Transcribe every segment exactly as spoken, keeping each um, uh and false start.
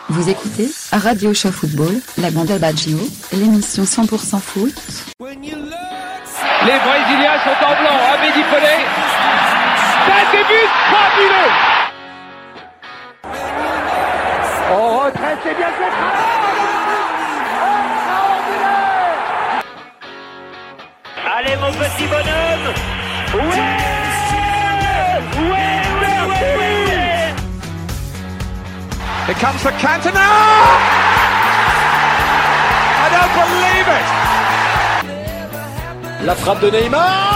Vous écoutez Radio Show Football, la Banda Baggio, l'émission cent pour cent foot. Les Brésiliens sont en blanc, Abedi Pelé. C'est un début fabuleux. On retraite, c'est bien fait. Allez mon petit bonhomme. Ouais. Ouais, ouais, ouais, ouais. Here comes the Cantona. I don't believe it. La frappe de Neymar.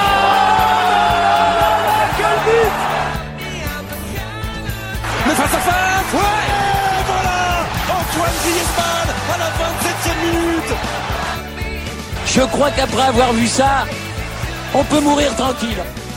Quel but. Le face-à-face. Ouais. Et voilà Antoine Griezmann à la vingt-septième minute. Je crois qu'après avoir vu ça, on peut mourir tranquille.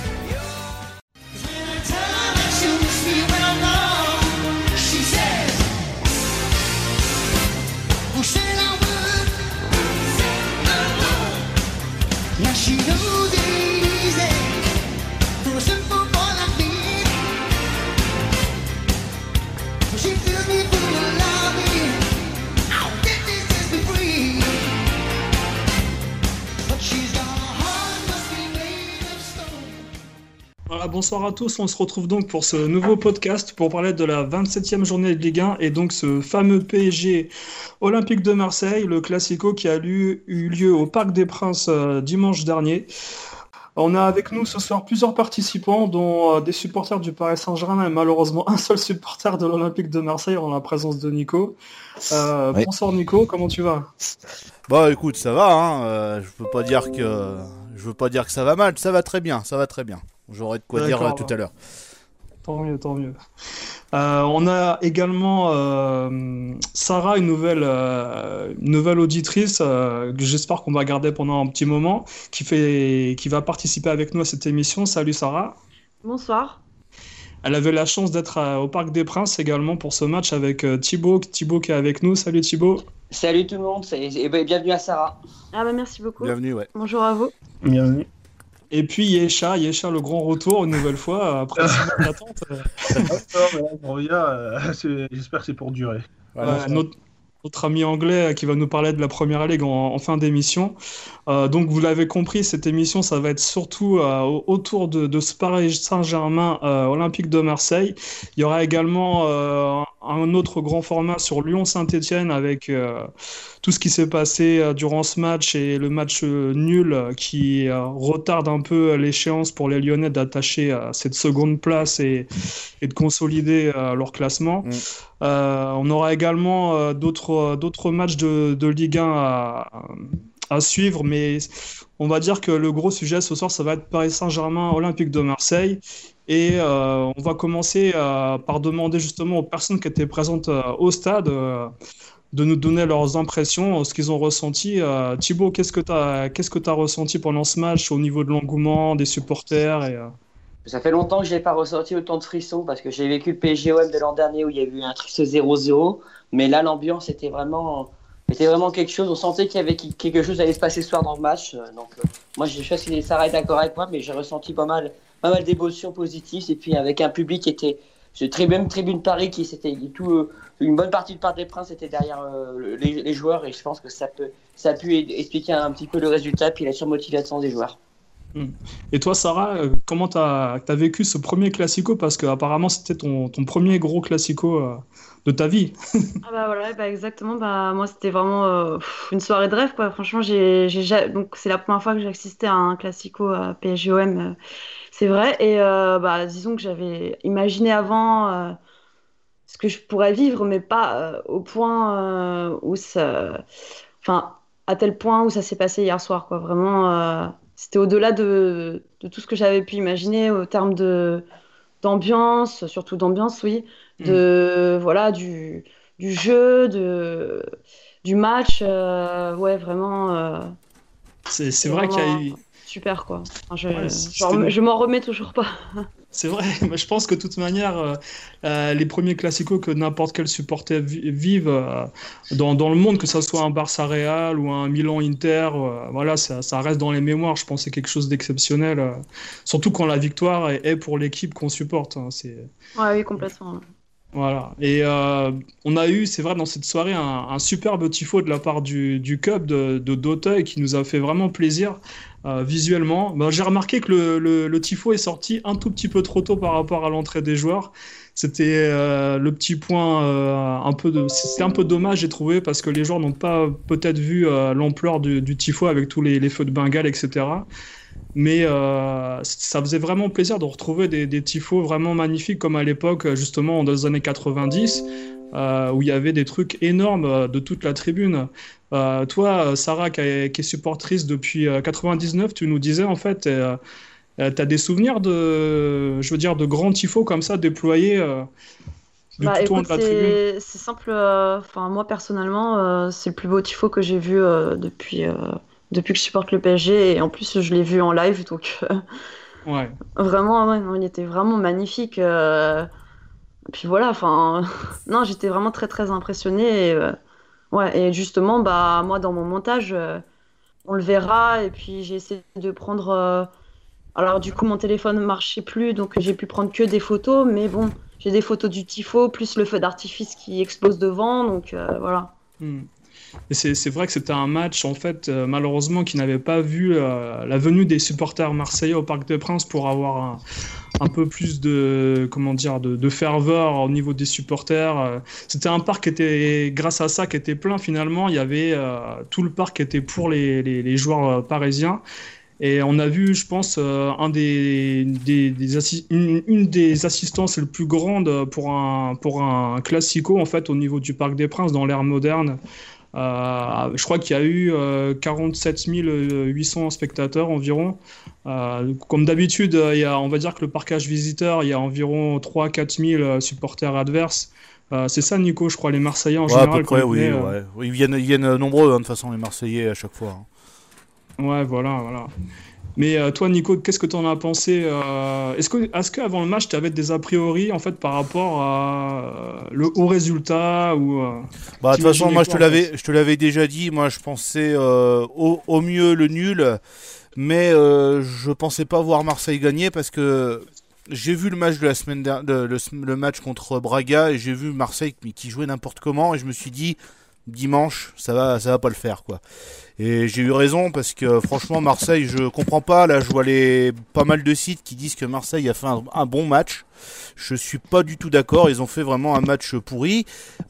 Voilà, bonsoir à tous, on se retrouve donc pour ce nouveau podcast pour parler de la vingt-septième journée de Ligue un et donc ce fameux P S G Olympique de Marseille, le Classico qui a eu, eu lieu au Parc des Princes euh, dimanche dernier. On a avec nous ce soir plusieurs participants, dont euh, des supporters du Paris Saint-Germain et malheureusement un seul supporter de l'Olympique de Marseille en la présence de Nico. Euh, oui. Bonsoir Nico, comment tu vas ? Bah écoute, ça va, hein. euh, je peux pas dire que je veux pas dire que ça va mal, ça va très bien, ça va très bien. J'aurai de quoi D'accord, dire euh, tout à l'heure. Tant mieux, tant mieux. Euh, on a également euh, Sarah, une nouvelle, euh, une nouvelle auditrice euh, que j'espère qu'on va garder pendant un petit moment, qui, fait, qui va participer avec nous à cette émission. Salut Sarah. Bonsoir. Elle avait la chance d'être à, au Parc des Princes également pour ce match avec euh, Thibaut. Thibaut qui est avec nous. Salut Thibaut. Salut tout le monde et bienvenue à Sarah. Ah bah merci beaucoup. Bienvenue, ouais. Bonjour à vous. Bienvenue. Et puis Yesha, Yesha le grand retour une nouvelle fois après six mois d'attente. On revient, euh, c'est... j'espère que c'est pour durer. Voilà, ouais, notre, notre ami anglais qui va nous parler de la Première Ligue en, en fin d'émission. Euh, donc vous l'avez compris, cette émission ça va être surtout euh, autour de, de ce Paris Saint-Germain euh, Olympique de Marseille. Il y aura également euh, un autre grand format sur Lyon-Saint-Etienne avec euh, tout ce qui s'est passé euh, durant ce match et le match euh, nul euh, qui euh, retarde un peu l'échéance pour les Lyonnais d'attacher euh, cette seconde place et, et de consolider euh, leur classement. Mmh. Euh, on aura également euh, d'autres, d'autres matchs de, de Ligue un à, à suivre, mais on va dire que le gros sujet ce soir, ça va être Paris Saint-Germain Olympique de Marseille. Et euh, on va commencer euh, par demander justement aux personnes qui étaient présentes euh, au stade euh, de nous donner leurs impressions, ce qu'ils ont ressenti. Euh, Thibaut, qu'est-ce que tu as qu'est-ce que tu as ressenti pendant ce match au niveau de l'engouement, des supporters et, euh... Ça fait longtemps que je n'ai pas ressenti autant de frissons parce que j'ai vécu le P S G O M de l'an dernier où il y a eu un triste zéro zéro. Mais là, l'ambiance était vraiment, était vraiment quelque chose. On sentait qu'il y avait quelque chose à allait se passer ce soir dans le match. Donc, euh, moi, je sais pas si Sarah est d'accord avec moi, mais j'ai ressenti pas mal, pas mal d'émotions positives. Et puis, avec un public qui était, ce tribune, tribune Paris, qui c'était tout, euh, une bonne partie du Parc des Princes était derrière euh, les, les joueurs. Et je pense que ça, peut, ça a pu expliquer un petit peu le résultat puis la surmotivation des joueurs. Et toi, Sarah, comment tu as vécu ce premier Classico ? Parce qu'apparemment, c'était ton, ton premier gros Classico euh, de ta vie. Ah bah voilà, bah exactement. Bah, moi, c'était vraiment euh, une soirée de rêve, quoi. Franchement, j'ai, j'ai, donc, c'est la première fois que j'ai assisté à un Classico à P S G O M, euh, c'est vrai. Et euh, bah, disons que j'avais imaginé avant euh, ce que je pourrais vivre, mais pas euh, au point euh, où ça... Enfin, à tel point où ça s'est passé hier soir, quoi. Vraiment... Euh... C'était au-delà de, de tout ce que j'avais pu imaginer au terme de, d'ambiance, surtout d'ambiance, oui, de, mmh. voilà, du, du jeu, de, du match. Euh, ouais, vraiment. Euh, c'est c'est vrai qu'il y a eu. Super, quoi. Enfin, je, ouais, genre, je m'en remets toujours pas. C'est vrai, mais je pense que de toute manière, euh, euh, les premiers classicos que n'importe quel supporter vi- vive euh, dans, dans le monde, que ce soit un Barça Real ou un Milan Inter, euh, voilà, ça, ça reste dans les mémoires. Je pense que c'est quelque chose d'exceptionnel, euh, surtout quand la victoire est, est pour l'équipe qu'on supporte. Hein, c'est... Ouais, oui, complètement. Voilà. Et euh, on a eu, c'est vrai, dans cette soirée, un, un superbe tifo de la part du, du Cub de, de d'Auteuil qui nous a fait vraiment plaisir euh, visuellement. Ben, j'ai remarqué que le, le, le tifo est sorti un tout petit peu trop tôt par rapport à l'entrée des joueurs. C'était euh, le petit point euh, un peu de, c'était un peu dommage, j'ai trouvé, parce que les joueurs n'ont pas peut-être vu euh, l'ampleur du, du tifo avec tous les, les feux de Bengale, et cetera. Mais euh, ça faisait vraiment plaisir de retrouver des, des tifos vraiment magnifiques comme à l'époque, justement dans les années quatre-vingt-dix, euh, où il y avait des trucs énormes euh, de toute la tribune. Euh, toi, Sarah, qui est, qui est supportrice depuis euh, quatre-vingt-dix-neuf, tu nous disais en fait, euh, euh, tu as des souvenirs de, je veux dire, de grands tifos comme ça déployés euh, de Bah tout au long écoute, de la tribune. c'est c'est simple. euh, Enfin, moi personnellement, euh, c'est le plus beau tifo que j'ai vu euh, depuis, euh, depuis que je supporte le P S G. Et en plus, je l'ai vu en live. Donc, euh, Ouais. vraiment, ouais, non, il était vraiment magnifique. euh, Et puis voilà, enfin, non, j'étais vraiment très très impressionnée. Et, euh, ouais, et justement, bah, moi, dans mon montage, euh, on le verra. Et puis, j'ai essayé de prendre. euh, Alors, du coup, mon téléphone ne marchait plus. Donc, j'ai pu prendre que des photos. Mais bon, j'ai des photos du tifo, plus le feu d'artifice qui explose devant. Donc, euh, voilà. Hmm. Et c'est, c'est vrai que c'était un match, en fait, euh, malheureusement, qui n'avait pas vu euh, la venue des supporters marseillais au Parc des Princes pour avoir un, un peu plus de, comment dire, de, de ferveur au niveau des supporters. Euh, C'était un parc qui était, grâce à ça, qui était plein finalement. Il y avait euh, tout le parc qui était pour les, les, les joueurs euh, parisiens. Et on a vu, je pense, euh, un des, des, des assi- une, une des assistances les plus grandes pour un, pour un classico, en fait, au niveau du Parc des Princes, dans l'ère moderne. Euh, je crois qu'il y a eu euh, quarante-sept mille huit cents spectateurs environ. Euh, comme d'habitude, il y a, on va dire que le parcage visiteur, il y a environ trois à quatre mille supporters adverses. Euh, c'est ça, Nico, je crois, les Marseillais en Ouais, à peu général. près, Quand ils oui, venaient, euh, ouais. Oui, Ils viennent, ils viennent nombreux, hein, de toute façon, les Marseillais, à chaque fois. hein. Ouais, voilà, voilà. Mais euh, toi, Nico, qu'est-ce que tu en as pensé euh, Est-ce que, est-ce qu'avant le match, tu avais des a priori en fait par rapport à euh, le haut résultat ou euh, Bah, de toute façon, t'imaginais moi, je quoi, te en l'avais, fait je te l'avais déjà dit. Moi, je pensais euh, au, au mieux le nul, mais euh, je pensais pas voir Marseille gagner parce que j'ai vu le match de la semaine dernière, le, le match contre Braga, et j'ai vu Marseille qui, qui jouait n'importe comment, et je me suis dit dimanche, ça va, ça va pas le faire, quoi. Et j'ai eu raison parce que franchement, Marseille, je comprends pas. Là, je vois les pas mal de sites qui disent que Marseille a fait un, un bon match. Je suis pas du tout d'accord. Ils ont fait vraiment un match pourri.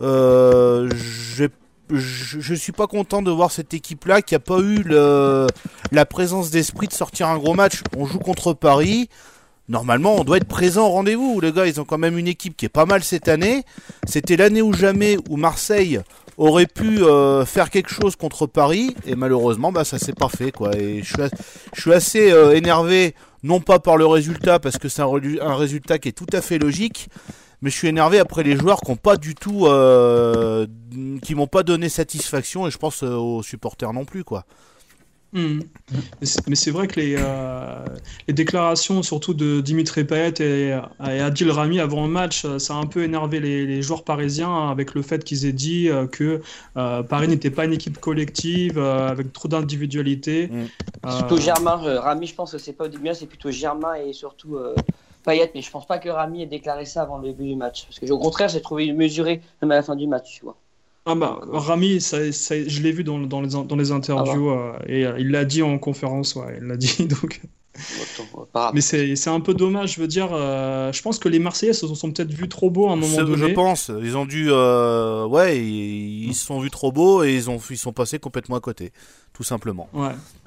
Euh, j'ai je, je suis pas content de voir cette équipe-là qui a pas eu le, la présence d'esprit de sortir un gros match. On joue contre Paris. Normalement, on doit être présent au rendez-vous. Les gars, ils ont quand même une équipe qui est pas mal cette année. C'était l'année ou jamais où Marseille aurait pu euh, faire quelque chose contre Paris, et malheureusement, bah ça s'est pas fait, quoi. Et je suis, je suis assez euh, énervé, non pas par le résultat, parce que c'est un, un résultat qui est tout à fait logique, mais je suis énervé après les joueurs qui ont pas du tout, euh, qui m'ont pas donné satisfaction, et je pense euh, aux supporters non plus, quoi. Mmh. Mais c'est, mais c'est vrai que les, euh, les déclarations, surtout de Dimitri Payet et, et Adil Rami avant le match, ça a un peu énervé les, les joueurs parisiens avec le fait qu'ils aient dit euh, que euh, Paris n'était pas une équipe collective euh, avec trop d'individualité. Mmh. C'est plutôt Germain, euh, Rami, je pense que c'est pas au début, c'est plutôt Germain et surtout euh, Payet, mais je pense pas que Rami ait déclaré ça avant le début du match. Parce que au contraire, j'ai trouvé mesuré même à la fin du match, tu vois. Ah bah, Rami, ça, ça, je l'ai vu dans, dans, les, dans les interviews euh, et euh, il l'a dit en conférence, ouais, il l'a dit donc. Mais c'est, c'est un peu dommage, je veux dire. Euh, je pense que les Marseillais se sont peut-être vus trop beaux à un moment C'est- donné. Je pense, ils ont dû, euh, ouais, ils, ils se sont vus trop beaux et ils ont, ils sont passés complètement à côté, tout simplement. Ouais.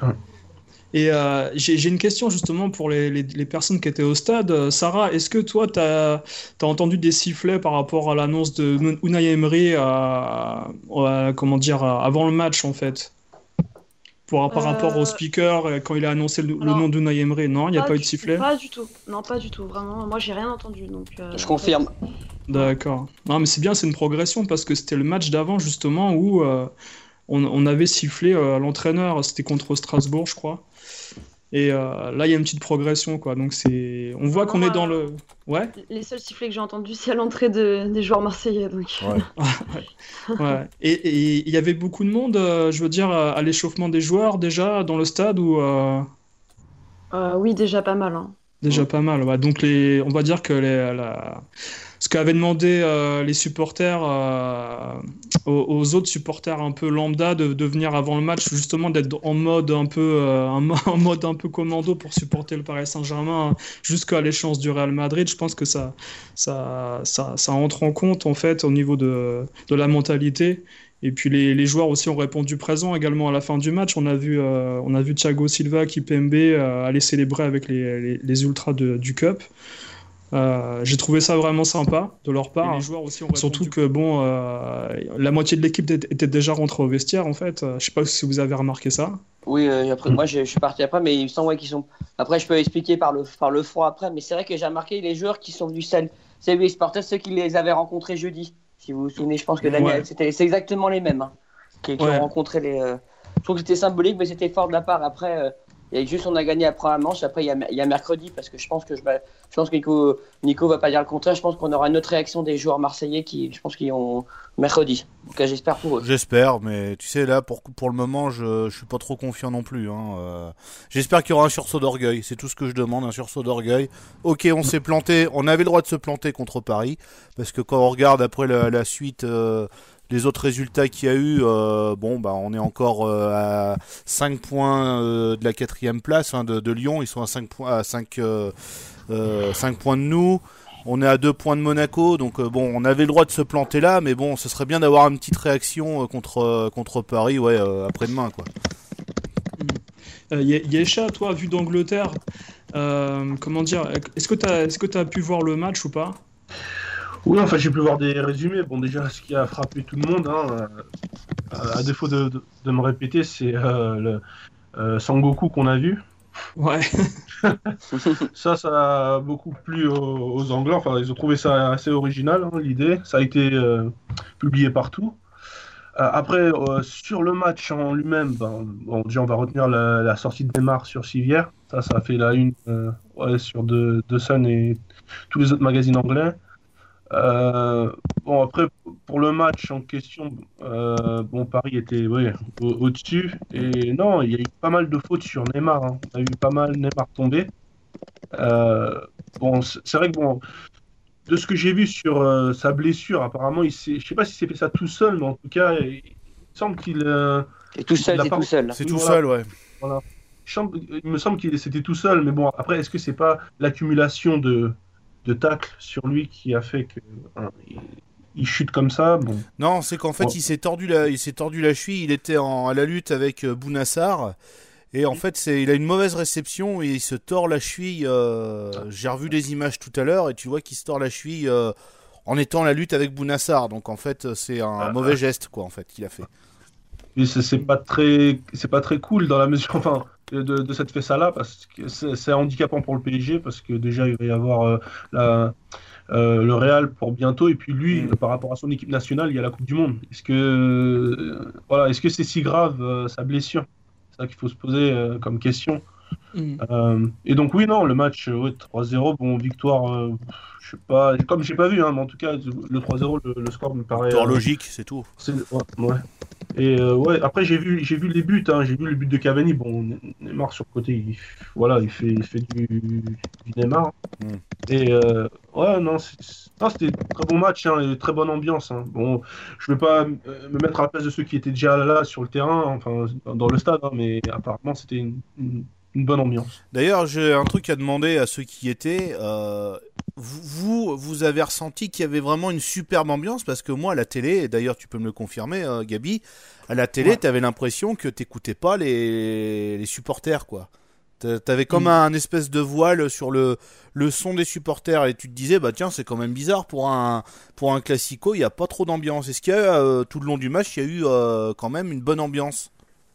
Et euh, j'ai, j'ai une question justement pour les, les, les personnes qui étaient au stade. Euh, Sarah, est-ce que toi, tu as entendu des sifflets par rapport à l'annonce de Unai Emery à, à- comment dire, à- avant le match en fait pour, par Euh, rapport au speaker euh, quand il a annoncé le, le alors, nom d'Unai Emery? Non, il n'y a pas eu de du, sifflet? Pas du tout. Non, pas du tout. Vraiment, moi, j'ai rien entendu. Donc, euh, Je confirme. D'accord. Non, mais c'est bien, c'est une progression parce que c'était le match d'avant justement où euh, on, on avait sifflé euh, l'entraîneur, c'était contre Strasbourg, je crois. Et euh, là, il y a une petite progression, quoi. Donc c'est, on voit Non, qu'on non, est dans euh, le, ouais, Les seuls sifflets que j'ai entendus, c'est à l'entrée de- des joueurs marseillais. Donc. Ouais. ouais. Et et il y avait beaucoup de monde, euh, je veux dire, à à l'échauffement des joueurs déjà dans le stade ou euh, Euh, oui, déjà pas mal. Hein. Déjà Mm. pas mal. Ouais. Donc les, on va dire que les, la- ce qu'avaient demandé euh, les supporters euh, aux, aux autres supporters un peu lambda de, de venir avant le match, justement d'être en mode un peu, euh, un, mo- en mode un peu commando pour supporter le Paris Saint-Germain hein, jusqu'à l'échéance du Real Madrid. Je pense que ça, ça, ça, ça entre en compte en fait au niveau de, de la mentalité. Et puis les, les joueurs aussi ont répondu présent également à la fin du match. On a vu, euh, on a vu Thiago Silva, Kipembe euh, aller célébrer avec les, les, les ultras de- du Cup. Euh, j'ai trouvé ça vraiment sympa de leur part. Et les joueurs aussi ont Surtout répondu. Que bon, euh, la moitié de l'équipe était était déjà rentrée au vestiaire en fait. Euh, je sais pas si vous avez remarqué ça. Oui, euh, après, moi je, je suis parti après, mais il me semble ouais, qu'ils sont. Après, je peux expliquer par le, par le froid après, mais c'est vrai que j'ai remarqué les joueurs qui sont venus saluer les Sporters, ceux qui les avaient rencontrés jeudi. Si vous vous souvenez, je pense que Daniel, Ouais. c'était, c'est exactement les mêmes hein, qui, qui Ouais. ont rencontré les. euh, Je trouve que c'était symbolique, mais c'était fort de la part. Après, euh, il y a juste on a gagné après la manche. Après, il y a, il y a mercredi, parce que je pense que je, vais- je pense que Nico, Nico va pas dire le contraire. Je pense qu'on aura une autre réaction des joueurs marseillais qui, je pense qu'ils ont mercredi. En tout cas, j'espère pour eux. J'espère, mais tu sais, là, pour, pour le moment, je, je suis pas trop confiant non plus. Hein. Euh, j'espère qu'il y aura un sursaut d'orgueil. C'est tout ce que je demande, un sursaut d'orgueil. Ok, on s'est planté. On avait le droit de se planter contre Paris. Parce que quand on regarde après la, la suite, euh, les autres résultats qu'il y a eu, euh, bon, bah, on est encore euh, à cinq points euh, de la quatrième place hein, de, de Lyon. Ils sont à cinq points, à cinq, euh, euh, cinq points de nous. On est à deux points de Monaco, donc euh, bon, on avait le droit de se planter là, mais bon, ce serait bien d'avoir une petite réaction euh, contre, euh, contre Paris, ouais, euh, après-demain, quoi. Euh, Ye- Yesha, toi, vu d'Angleterre, euh, comment dire, est-ce que tu as, est-ce que tu as pu voir le match ou pas? Oui, enfin, j'ai pu voir des résumés. Bon, déjà, ce qui a frappé tout le monde, hein, euh, à défaut de, de, de me répéter, c'est euh, le euh, Sangoku qu'on a vu. Ouais. Ça, ça a beaucoup plu aux, aux Anglais. Enfin, ils ont trouvé ça assez original, hein, l'idée. Ça a été euh, publié partout. Euh, après, euh, sur le match en lui-même, ben, bon, déjà, on va retenir la, la sortie de Neymar sur Civière. Ça, ça a fait la une euh, ouais, sur The, The Sun et tous les autres magazines anglais. Euh, bon, après, pour le match en question, euh, bon, Paris était ouais, au- au-dessus. Et non, il y a eu pas mal de fautes sur Neymar. Hein. On a vu pas mal Neymar tomber. Euh, bon, c'est c'est vrai que bon, de ce que j'ai vu sur euh, sa blessure, apparemment, il s'est, je sais pas s'il s'est fait ça tout seul, mais en tout cas, il, il semble qu'il euh, C'est tout seul, il a c'est pas- tout seul. C'est Oui, tout voilà. seul, ouais. Voilà. Il semble- il me semble qu'il c'était tout seul, mais bon, après, est-ce que c'est pas l'accumulation de, de tacles sur lui qui a fait que hein, il, il chute comme ça? Bon, Non, c'est qu'en fait, Bon. il s'est tordu la, il s'est tordu la cheville, il était en, à la lutte avec euh, Bounassar, et en fait, c'est, il a une mauvaise réception, et il se tord la cheville, euh, j'ai revu des images tout à l'heure, et tu vois qu'il se tord la cheville euh, en étant en la lutte avec Bounassar, donc en fait, c'est un Ah, mauvais geste, quoi, en fait, qu'il a fait. et c'est c'est pas très, c'est pas très cool dans la mesure, enfin, de, de, de cette fessa-là, parce que c'est c'est handicapant pour le P S G, parce que déjà, il va y avoir euh, la, euh, le Real pour bientôt, et puis lui, Mm. euh, par rapport à son équipe nationale, il y a la Coupe du Monde. Est-ce que, euh, voilà, est-ce que c'est si grave, euh, sa blessure? C'est ça qu'il faut se poser euh, comme question. Mm. Euh, et donc oui, non, le match, euh, ouais, trois zéro, bon, victoire, euh, je sais pas, comme j'ai pas vu, hein, mais en tout cas, le trois zéro, le, le score me paraît... Victoire euh, logique, c'est tout. c'est- ouais, ouais. Et euh, ouais, après j'ai vu, j'ai vu les buts, hein, j'ai vu le but de Cavani. Bon, Neymar sur le côté, il, voilà, il fait, il fait du, du Neymar. Mm. Et euh, ouais, non, c'est- c'est- non, c'était un très bon match, hein, et très bonne ambiance. Hein. Bon, je vais pas euh, me mettre à la place de ceux qui étaient déjà là sur le terrain, enfin dans le stade, hein, mais apparemment c'était une, une- une bonne ambiance. D'ailleurs, j'ai un truc à demander à ceux qui y étaient. Euh, vous, vous, vous avez ressenti qu'il y avait vraiment une superbe ambiance parce que moi, à la télé, et d'ailleurs, tu peux me le confirmer, euh, Gabi, à la télé, Ouais. t'avais l'impression que t'écoutais pas les, les supporters, quoi. T'a- T'avais comme Mm. un espèce de voile sur le, le son des supporters et tu te disais, bah tiens, c'est quand même bizarre pour un, pour un classico, il n'y a pas trop d'ambiance. Est-ce qu'il y a, euh, tout le long du match, il y a eu euh, quand même une bonne ambiance?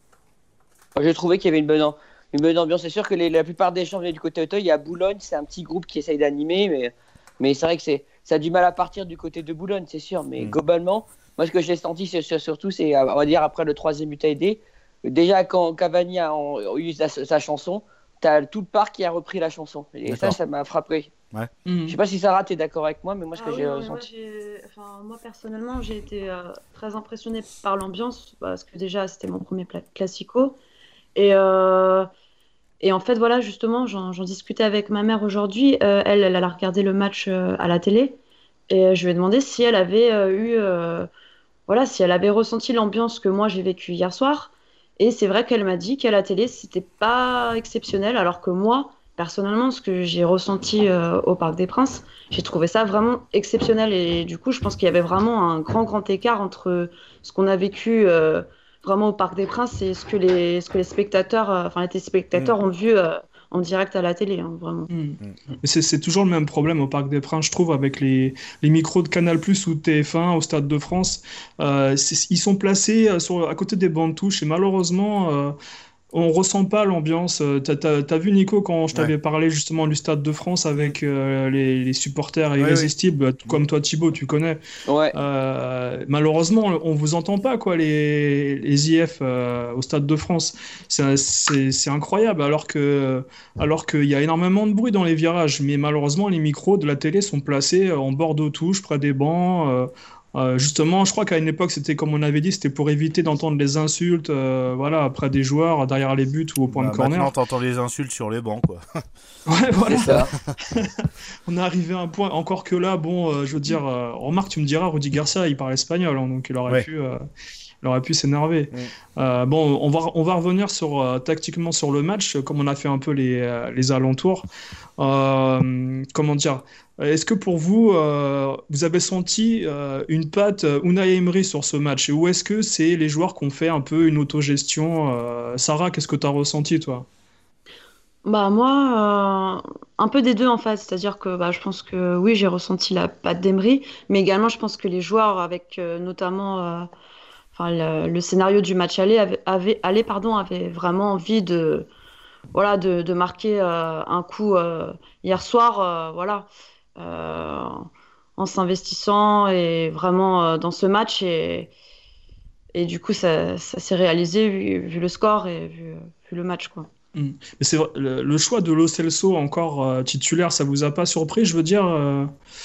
Moi, j'ai trouvé qu'il y avait une bonne, am- une bonne ambiance. C'est sûr que les- la plupart des gens venaient du côté Auteuil. Il y a Boulogne, c'est un petit groupe qui essaye d'animer, mais, mais c'est vrai que c'est, ça a du mal à partir du côté de Boulogne, c'est sûr. Mais Mm. globalement, moi, ce que j'ai senti, c'est, c'est surtout, c'est, on va dire, après le troisième but aidé, déjà quand Cavani a en- a eu sa, sa chanson, t'as tout le parc qui a repris la chanson. Et ça, D'accord. ça m'a frappé. Mm. Je sais pas si Sarah, t'es d'accord avec moi, mais moi, ce Ah que oui, j'ai non, mais moi, ressenti. j'ai- enfin, moi, personnellement, j'ai été euh, très impressionnée par l'ambiance parce que déjà, c'était mon premier pla- classico. Et, euh, Et en fait, voilà, justement, j'en, j'en discutais avec ma mère aujourd'hui. Euh, elle, elle a regardé le match euh, à la télé. Et euh, je lui ai demandé si elle avait euh, eu, euh, voilà, si elle avait ressenti l'ambiance que moi j'ai vécue hier soir. Et c'est vrai qu'elle m'a dit qu'à la télé, c'était pas exceptionnel, alors que moi, personnellement, ce que j'ai ressenti euh, au Parc des Princes, j'ai trouvé ça vraiment exceptionnel. Et du coup, je pense qu'il y avait vraiment un grand, grand écart entre ce qu'on a vécu euh, vraiment au Parc des Princes et ce que les, ce que les spectateurs, euh, enfin les téléspectateurs Mm. ont vu euh, en direct à la télé, hein, vraiment. Hmm. Mais C'est c'est toujours le même problème au Parc des Princes, je trouve, avec les, les micros de Canal+ ou de T F un au Stade de France. Euh, c'est- ils sont placés euh, sur, à côté des bancs de touche et malheureusement, euh, on ressent pas l'ambiance. Euh, T'as, t'as- t'as vu, Nico, quand je Ouais. t'avais parlé justement du Stade de France avec euh, les, les supporters Ouais, irrésistibles, bah, tout comme toi, Thibaut, tu connais. Ouais. Euh, malheureusement, on vous entend pas, quoi, les, les I F euh, au Stade de France. C'est, c'est, c'est incroyable, alors que, alors qu'il y a énormément de bruit dans les virages. Mais malheureusement, les micros de la télé sont placés euh, en bord de touche, près des bancs. euh, euh, justement, je crois qu'à une époque, c'était comme on avait dit, c'était pour éviter d'entendre les insultes, euh, voilà, après des joueurs, derrière les buts ou au point Bah, de corner. maintenant, t'entends les insultes sur les bancs, quoi. Ouais, voilà. C'est ça. On est arrivé à un point, encore que là, bon, euh, je veux dire, euh, remarque, tu me diras, Rudy Garcia, il parle espagnol, hein, donc il aurait Ouais. pu, euh, il aurait pu s'énerver. Mm. Euh, bon, on va, on va revenir sur, euh, tactiquement sur le match, comme on a fait un peu les, euh, les alentours. Euh, comment dire? Est-ce que pour vous, euh, vous avez senti euh, une patte euh, Unai Emery sur ce match? Ou est-ce que c'est les joueurs qui ont fait un peu une autogestion? euh, Sarah, qu'est-ce que tu as ressenti, toi? Bah moi, euh, un peu des deux en fait, c'est-à-dire que bah, je pense que oui, j'ai ressenti la patte d'Emery, mais également je pense que les joueurs, avec euh, notamment euh, enfin, le, le scénario du match aller, avaient, avaient, aller, pardon, avaient vraiment envie de, voilà, de, de marquer euh, un coup euh, hier soir, euh, voilà, euh, en s'investissant et vraiment euh, dans ce match. Et, et du coup, ça, ça s'est réalisé vu, vu le score et vu, vu le match, quoi. Hmm. Mais c'est vrai, le, le choix de Lo Celso encore euh, titulaire, ça vous a pas surpris, je veux dire euh,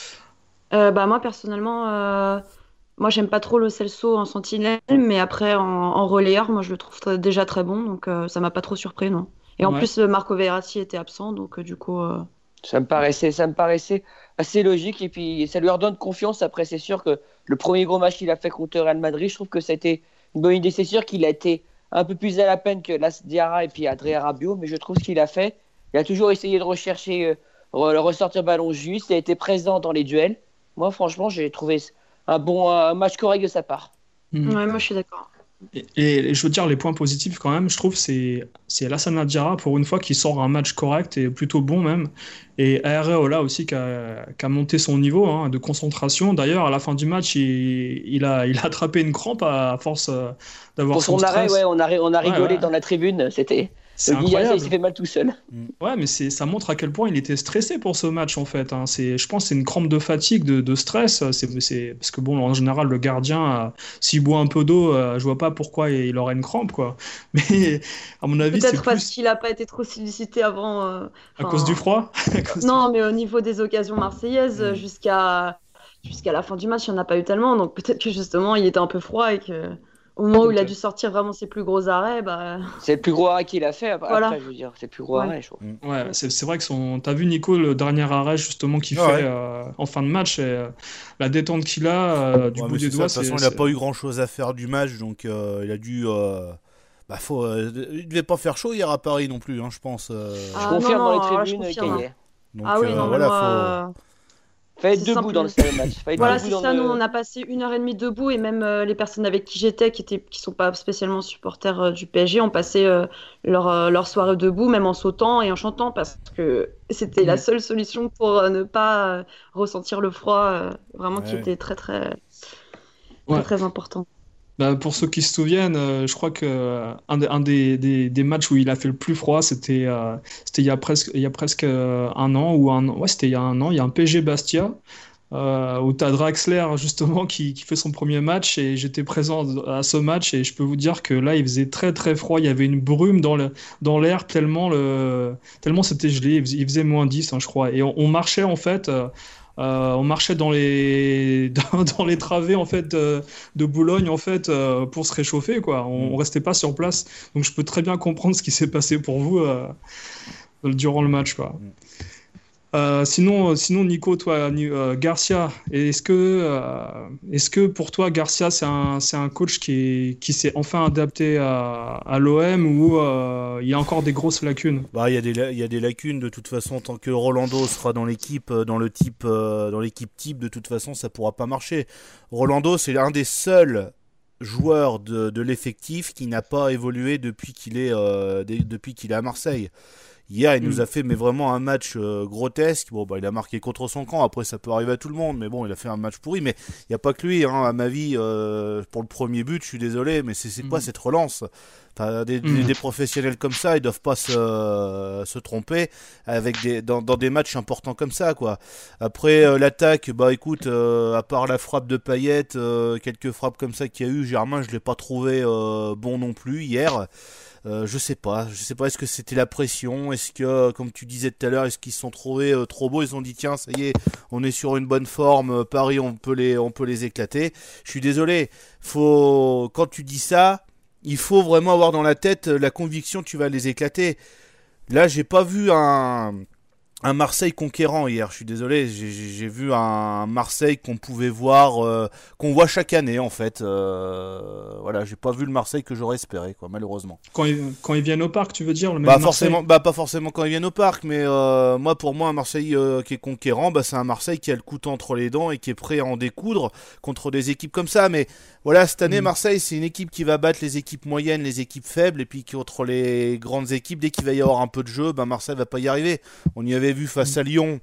Euh, bah moi personnellement, euh, moi j'aime pas trop le Celso en sentinelle, mais après en, en relayeur, moi je le trouve très- déjà très bon, donc euh, ça m'a pas trop surpris, non. Et en Ouais. plus euh, Marco Verratti était absent, donc euh, du coup, euh, Ça me paraissait, ça me paraissait assez logique et puis ça lui redonne confiance. Après, c'est sûr que le premier gros match qu'il a fait contre Real Madrid, je trouve que c'était une bonne idée. C'est sûr qu'il a été un peu plus à la peine que Las Diarra et puis Adrien Rabiot, mais je trouve ce qu'il a fait. Il a toujours essayé de rechercher, euh, re- ressortir le ballon juste. Il a été présent dans les duels. Moi, franchement, j'ai trouvé un bon un match correct de sa part. Hmm. ouais, moi je suis d'accord. Et, et je veux dire, les points positifs quand même, je trouve, c'est c'est Lassana Diarra pour une fois qui sort un match correct et plutôt bon même. Et Areola aussi qui a, qui a monté son niveau hein, de concentration. D'ailleurs, à la fin du match, il, il a, il a attrapé une crampe à force euh, d'avoir Pour son son arrêt, stress. ouais, on a, ri- on a Ouais, rigolé ouais. dans la tribune. C'était C'est le Guillaume, il incroyable. s'est fait mal tout seul. Ouais, mais c'est, ça montre à quel point il était stressé pour ce match en fait. Hein. C'est, je pense que c'est une crampe de fatigue, de, de stress. C'est, c'est, parce que bon, en général, le gardien, euh, s'il boit un peu d'eau, euh, je vois pas pourquoi il aurait une crampe quoi. Mais à mon avis, c'est Peut-être parce plus qu'il a pas été trop sollicité avant. euh, à cause enfin, du froid. À cause du- Non, mais au niveau des occasions marseillaises, Mm. jusqu'à jusqu'à la fin du match, il n'y en a pas eu tellement. Donc peut-être que justement, il était un peu froid et que au moment où il a Peut-être. dû sortir vraiment ses plus gros arrêts, bah C'est le plus gros arrêt qu'il a fait. Après, Voilà. après, je veux dire, c'est le plus gros Ouais. arrêt, je trouve. Ouais, c'est, c'est vrai que son. T'as vu Nico le dernier arrêt justement qu'il Ouais. fait euh, en fin de match et euh, la détente qu'il a euh, du Ouais, bout mais des c'est ça, doigts. de toute façon, c'est- il a c'est- pas eu grand chose à faire du match, donc euh, il a dû. euh, Bah, faut, euh, il devait pas faire chaud hier à Paris non plus, hein, je pense. euh, Je Ah, confirme non, dans non, les alors là, je tribunes euh, confirme. qu'hier. Donc Ah oui, euh, non, mais voilà, moi, faut. euh, Fallait être c'est debout simple. dans le stade de match. Fallait être Voilà, debout c'est dans ça. le- Nous, on a passé une heure et demie debout et même euh, les personnes avec qui j'étais, qui étaient, qui sont pas spécialement supporters euh, du P S G, ont passé euh, leur, euh, leur soirée debout, même en sautant et en chantant, parce que c'était la Mm. seule solution pour euh, ne pas euh, ressentir le froid, euh, vraiment qui Ouais. était très très très Ouais. très important. Bah, pour ceux qui se souviennent, euh, je crois que euh, un, des, un des, des, des matchs où il a fait le plus froid, c'était euh, c'était il y a presque il y a presque euh, un an ou un an. Ouais, c'était il y a un an. Il y a un P S G Bastia euh, où t'as Draxler justement qui, qui fait son premier match et j'étais présent à ce match et je peux vous dire que là il faisait très très froid. Il y avait une brume dans le dans l'air tellement le tellement c'était gelé. Il faisait, il faisait moins dix, hein, je crois. Et on, on marchait en fait. euh, Euh, on marchait dans les dans, dans les travées en fait de, de Boulogne en fait euh, pour se réchauffer quoi. On, on restait pas sur place. Donc je peux très bien comprendre ce qui s'est passé pour vous euh, durant le match quoi. Euh, sinon, sinon, Nico, toi, euh, Garcia, est-ce que, euh, est-ce que pour toi, Garcia, c'est un, c'est un coach qui, est, qui s'est enfin adapté à, à l'O M ou euh, il y a encore des grosses lacunes? Bah, il y a des, il y a des lacunes de toute façon. Tant que Rolando sera dans l'équipe, dans le type, dans l'équipe type, de toute façon, ça pourra pas marcher. Rolando, c'est l'un des seuls joueurs de, de l'effectif qui n'a pas évolué depuis qu'il est, euh, des, depuis qu'il est à Marseille. Hier, il nous a fait mais vraiment un match euh, grotesque. Bon, bah, il a marqué contre son camp. Après, ça peut arriver à tout le monde. Mais bon, il a fait un match pourri. Mais il n'y a pas que lui. Hein, à ma vie, euh, pour le premier but, je suis désolé. Mais c'est, c'est quoi cette relance? Enfin, des, des, des professionnels comme ça, ils doivent pas se, euh, se tromper avec des, dans, dans des matchs importants comme ça, quoi. Après, euh, l'attaque, bah écoute, euh, à part la frappe de Payet, euh, quelques frappes comme ça qu'il y a eu, Germain, je l'ai pas trouvé euh, bon non plus hier. Euh, je sais pas, je sais pas, est-ce que c'était la pression, est-ce que, comme tu disais tout à l'heure, est-ce qu'ils se sont trouvés euh, trop beaux, ils se sont dit tiens, ça y est, on est sur une bonne forme, euh, Paris, on peut les, on peut les éclater. Je suis désolé, faut, quand tu dis ça, il faut vraiment avoir dans la tête la conviction que tu vas les éclater. Là, j'ai pas vu un, un Marseille conquérant hier, je suis désolé, j'ai, j'ai vu un Marseille qu'on pouvait voir, euh, qu'on voit chaque année en fait. Euh, voilà, j'ai pas vu le Marseille que j'aurais espéré, quoi, malheureusement. Quand ils, quand ils viennent au parc, tu veux dire le même bah, Marseille forcément, bah pas forcément quand ils viennent au parc, mais euh, moi pour moi un Marseille euh, qui est conquérant, bah c'est un Marseille qui a le couteau entre les dents et qui est prêt à en découdre contre des équipes comme ça. Mais voilà, cette année mmh. Marseille c'est une équipe qui va battre les équipes moyennes, les équipes faibles, et puis contre les grandes équipes, dès qu'il va y avoir un peu de jeu, bah Marseille va pas y arriver. On y avait vu face mmh. à Lyon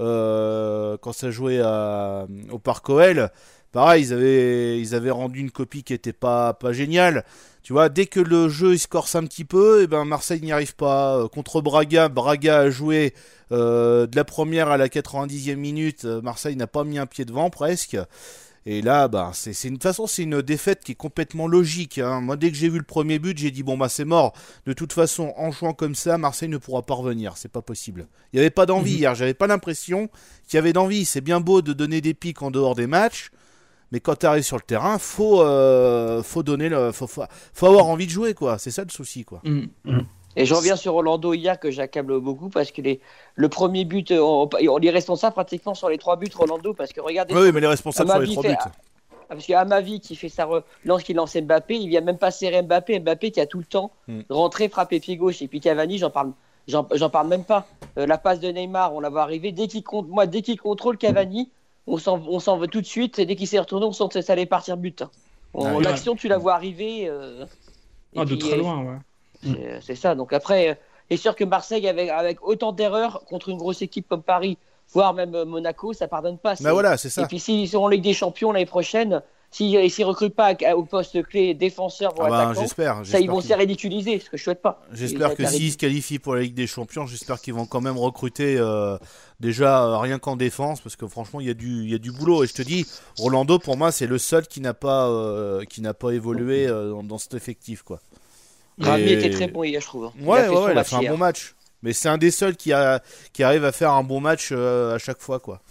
euh, quand ça jouait à, au Parc O L. Pareil, ils avaient, ils avaient rendu une copie qui était pas, pas géniale. Tu vois, dès que le jeu il se corse un petit peu, et ben Marseille n'y arrive pas. Contre Braga, Braga a joué euh, de la première à la quatre-vingt-dixième minute. Marseille n'a pas mis un pied devant presque. Et là, bah, c'est, c'est une de toute façon, c'est une défaite qui est complètement logique. Hein. Moi, dès que j'ai vu le premier but, j'ai dit bon bah c'est mort. De toute façon, en jouant comme ça, Marseille ne pourra pas revenir. C'est pas possible. Il n'y avait pas d'envie mmh. hier. J'avais pas l'impression qu'il y avait d'envie. C'est bien beau de donner des pics en dehors des matchs. Mais quand tu arrives sur le terrain, faut euh, faut donner le, faut, faut, faut avoir envie de jouer quoi. C'est ça le souci quoi. Mmh. Mmh. Et je reviens sur Rolando hier que j'accable beaucoup parce que les, le premier but, on, on est responsable pratiquement sur les trois buts Rolando parce que regardez. Oui, mais les responsables sur les trois fait, buts. Parce qu'Amavi qui fait sa relance, qui lance Mbappé, il vient même pas serrer Mbappé, Mbappé qui a tout le temps mmh. rentré, frappé pied gauche et puis Cavani, j'en parle, j'en, j'en parle même pas. Euh, la passe de Neymar, on la voit arriver dès qu'il compte, moi dès qu'il contrôle Cavani. On s'en, on s'en veut tout de suite. Et dès qu'il s'est retourné, on sent que ça allait partir but. On, ah, l'action, ouais. tu la vois arriver. Euh, ah, de puis, très loin, ouais. C'est, c'est ça. Donc après, c'est sûr que Marseille, avec, avec autant d'erreurs contre une grosse équipe comme Paris, voire même Monaco, ça pardonne pas. Bah voilà, c'est ça. Et puis s'ils seront en Ligue des Champions l'année prochaine, s'ils ne recrutent pas au poste clé défenseur ou ah bah, attaquant, j'espère, ça, j'espère ils vont se ridiculiser, ce que je souhaite pas. J'espère que s'ils se qualifient pour la Ligue des Champions, j'espère qu'ils vont quand même recruter euh, déjà euh, rien qu'en défense, parce que franchement il y a du il y a du boulot. Et je te dis, Rolando pour moi c'est le seul qui n'a pas euh, qui n'a pas évolué euh, dans, dans cet effectif quoi. Rami et... était très bon hier, je trouve. Ouais, il a fait, ouais, ouais, il a fait un bon match. Mais c'est un des seuls qui a qui arrive à faire un bon match euh, à chaque fois quoi.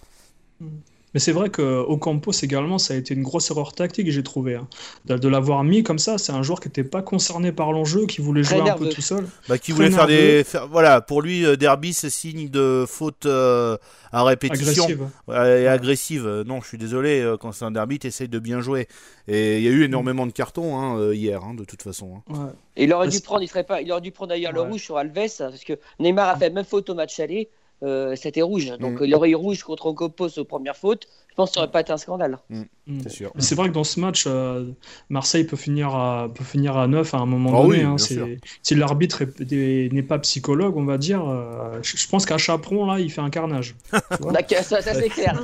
Mais c'est vrai qu'Ocampos également, ça a été une grosse erreur tactique, j'ai trouvé. Hein. De, de l'avoir mis comme ça, c'est un joueur qui n'était pas concerné par l'enjeu, qui voulait jouer Très un nerveux. peu tout seul. Bah, qui voulait faire des. Faire, voilà, pour lui, euh, Derby, c'est signe de faute euh, à répétition. Agressive. Ouais, et agressive. Non, je suis désolé, euh, quand c'est un derby, tu essayes de bien jouer. Et il y a eu énormément de cartons hein, euh, hier, hein, de toute façon. Hein. Ouais. Et il aurait dû prendre, il serait pas, il aurait dû prendre d'ailleurs ouais. le rouge sur Alves, parce que Neymar a fait même faute au match aller. Euh, c'était rouge, donc mmh. il aurait eu rouge contre Ocampos aux premières fautes. Je pense que ça n'aurait pas été un scandale. Mmh. C'est sûr. Mais c'est vrai que dans ce match, euh, Marseille peut finir à peut finir à neuf à un moment oh donné. Oui, hein, c'est... Si l'arbitre est, n'est pas psychologue, on va dire, euh, je pense qu'un chaperon là, il fait un carnage. ça, ça c'est clair.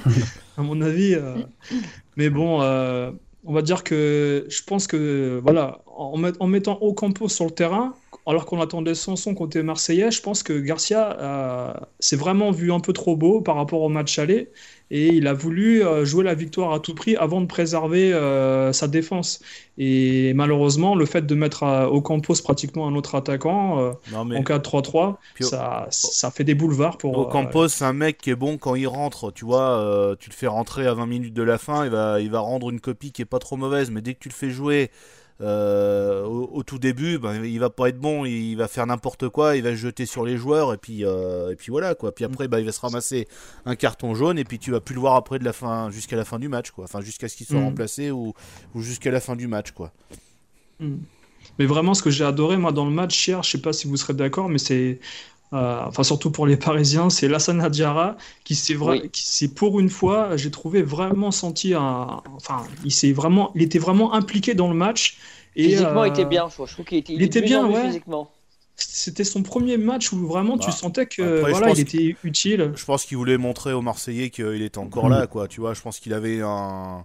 À mon avis. Euh... Mais bon, euh, on va dire que je pense que voilà, en, met, en mettant Ocampos sur le terrain. Alors qu'on attendait Sanson côté marseillais, je pense que Garcia euh, s'est vraiment vu un peu trop beau par rapport au match aller et il a voulu euh, jouer la victoire à tout prix avant de préserver euh, sa défense. Et malheureusement, le fait de mettre à, Ocampos pratiquement un autre attaquant euh, Non, mais... en cas de trois trois, Puis, ça, ça fait des boulevards pour... Ocampos, euh, c'est un mec qui est bon quand il rentre. Tu vois, euh, tu le fais rentrer à vingt minutes de la fin, il va, il va rendre une copie qui est pas trop mauvaise. Mais dès que tu le fais jouer euh, au, au tout début, ben, il va pas être bon, il va faire n'importe quoi, il va se jeter sur les joueurs et puis, euh, et puis voilà quoi. Puis après, ben, il va se ramasser un carton jaune et puis tu vas plus le voir après de la fin jusqu'à la fin du match quoi. Enfin jusqu'à ce qu'il soit Mm. remplacé ou, ou jusqu'à la fin du match quoi. Mm. Mais vraiment, ce que j'ai adoré, moi, dans le match hier, je sais pas si vous serez d'accord, mais c'est, euh, enfin, surtout pour les Parisiens, c'est Lassana Diarra qui s'est vra- Oui. qui s'est pour une fois, j'ai trouvé vraiment senti un, enfin, il s'est vraiment, il était vraiment impliqué dans le match et Physiquement, euh, il était bien, je trouve. Je trouve qu'il était, il était de mieux en bien, mieux ouais. physiquement. C'était son premier match où vraiment tu Bah, sentais que après, je voilà, pense il était utile. Je pense qu'il voulait montrer aux Marseillais qu'il était encore Mm. là quoi. Tu vois, je pense qu'il avait un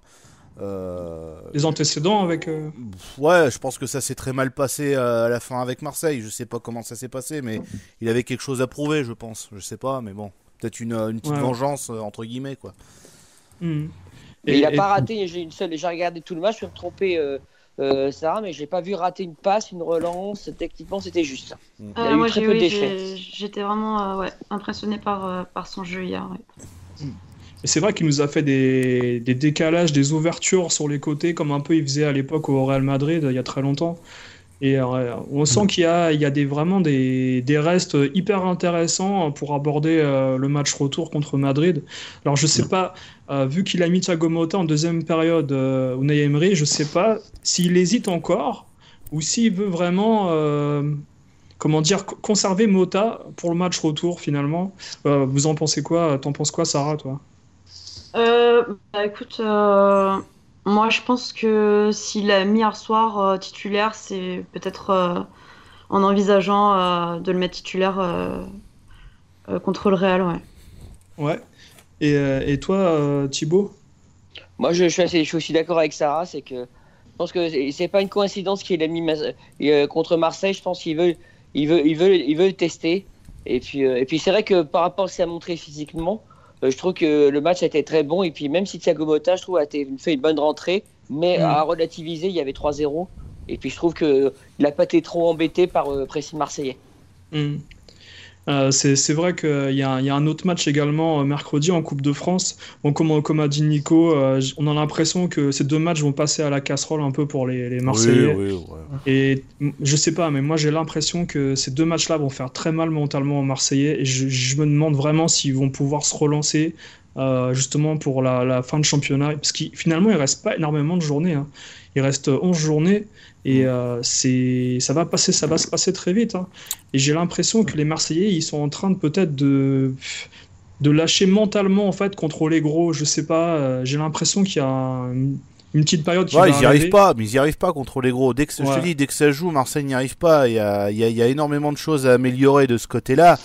euh, Les antécédents avec. euh, Ouais, je pense que ça s'est très mal passé euh, à la fin avec Marseille. Je sais pas comment ça s'est passé, mais il avait quelque chose à prouver, je pense. Je sais pas, mais bon, peut-être une, une petite Ouais. vengeance euh, entre guillemets, quoi. mm. Mais Et- il a et- pas raté, j'ai une seule, j'ai regardé tout le match, je peux me tromper, euh, euh, Sarah, mais je l'ai pas vu rater une passe, une relance. Techniquement, c'était juste. Il a Euh, eu moi, très j'ai, peu de oui, déchets. j'ai- j'étais vraiment euh, ouais, impressionnée par, euh, par son jeu hier. Ouais. Et c'est vrai qu'il nous a fait des, des décalages, des ouvertures sur les côtés, comme un peu il faisait à l'époque au Real Madrid, il y a très longtemps. Et euh, on sent qu'il y a, il y a des, vraiment des, des restes hyper intéressants pour aborder euh, le match retour contre Madrid. Alors je sais pas, euh, vu qu'il a mis Thiago Motta en deuxième période, euh, Unai Emery, je sais pas s'il hésite encore ou s'il veut vraiment, euh, comment dire, co- conserver Motta pour le match retour finalement. Euh, vous en pensez quoi? T'en penses quoi, Sarah, toi? Euh, bah, écoute, euh, moi je pense que s'il a mis hier soir euh, titulaire, c'est peut-être euh, en envisageant euh, de le mettre titulaire euh, euh, contre le Real, ouais. Ouais. Et, euh, et toi, euh, Thibaut? Moi, je, je suis, assez- je suis aussi d'accord avec Sarah, c'est que je pense que c'est- c'est pas une coïncidence qu'il ait mis Mas- euh, contre Marseille. Je pense qu'il veut, il veut, il veut, il veut le tester. Et puis, euh, et puis c'est vrai que par rapport à ce qu'il a montré physiquement, euh, je trouve que le match a été très bon. Et puis même si Thiago Motta, je trouve, a été, fait une bonne rentrée, mais Mm. à relativiser, il y avait trois zéro. Et puis je trouve que il n'a pas été trop embêté par le pressing marseillais. Hmm. Euh, c'est, c'est vrai qu'il y a, un- il y a un autre match également euh, mercredi en Coupe de France. Bon, comme, comme a dit Nico, euh, j- on a l'impression que ces deux matchs vont passer à la casserole un peu pour les, les Marseillais. Oui, oui, ouais. Et m- je sais pas, mais moi j'ai l'impression que ces deux matchs-là vont faire très mal mentalement aux Marseillais. Et je, je me demande vraiment s'ils vont pouvoir se relancer euh, justement pour la, la fin de championnat. Parce qu'il finalement, il reste pas énormément de journées, hein. Il reste onze journées et euh, c'est, ça va passer, ça va se passer très vite, hein. Et j'ai l'impression que les Marseillais, ils sont en train de peut-être de, de lâcher mentalement en fait contre les gros. Je sais pas, euh, j'ai l'impression qu'il y a un- une petite période qui Ouais, va ils y arriver. arrivent pas, mais ils y arrivent pas contre les gros. Dès que, je Ouais. te dis, dès que ça joue, Marseille n'y arrive pas. Il y a, il y a, il y a énormément de choses à améliorer de ce côté-là.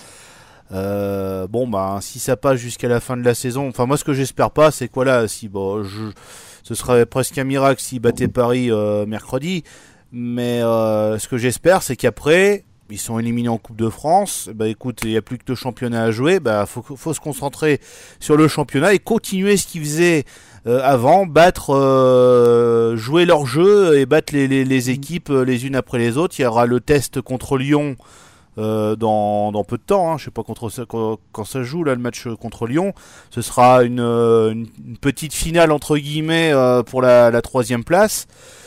Euh, bon, bah, si ça passe jusqu'à la fin de la saison, enfin, moi, ce que j'espère pas, c'est que voilà, si, bon, je, ce serait presque un miracle s'ils battaient Paris euh, mercredi. Mais euh, ce que j'espère, c'est qu'après, ils sont éliminés en Coupe de France. Bah, écoute, il n'y a plus que le championnat à jouer. Bah, faut, faut se concentrer sur le championnat et continuer ce qu'ils faisaient euh, avant, battre, euh, jouer leur jeu et battre les, les, les équipes euh, les unes après les autres. Il y aura le test contre Lyon. Euh, dans, dans peu de temps, hein. Je sais pas contre ça, quand, quand ça joue là le match contre Lyon, ce sera une, une, une petite finale entre guillemets euh, pour la, la troisième place.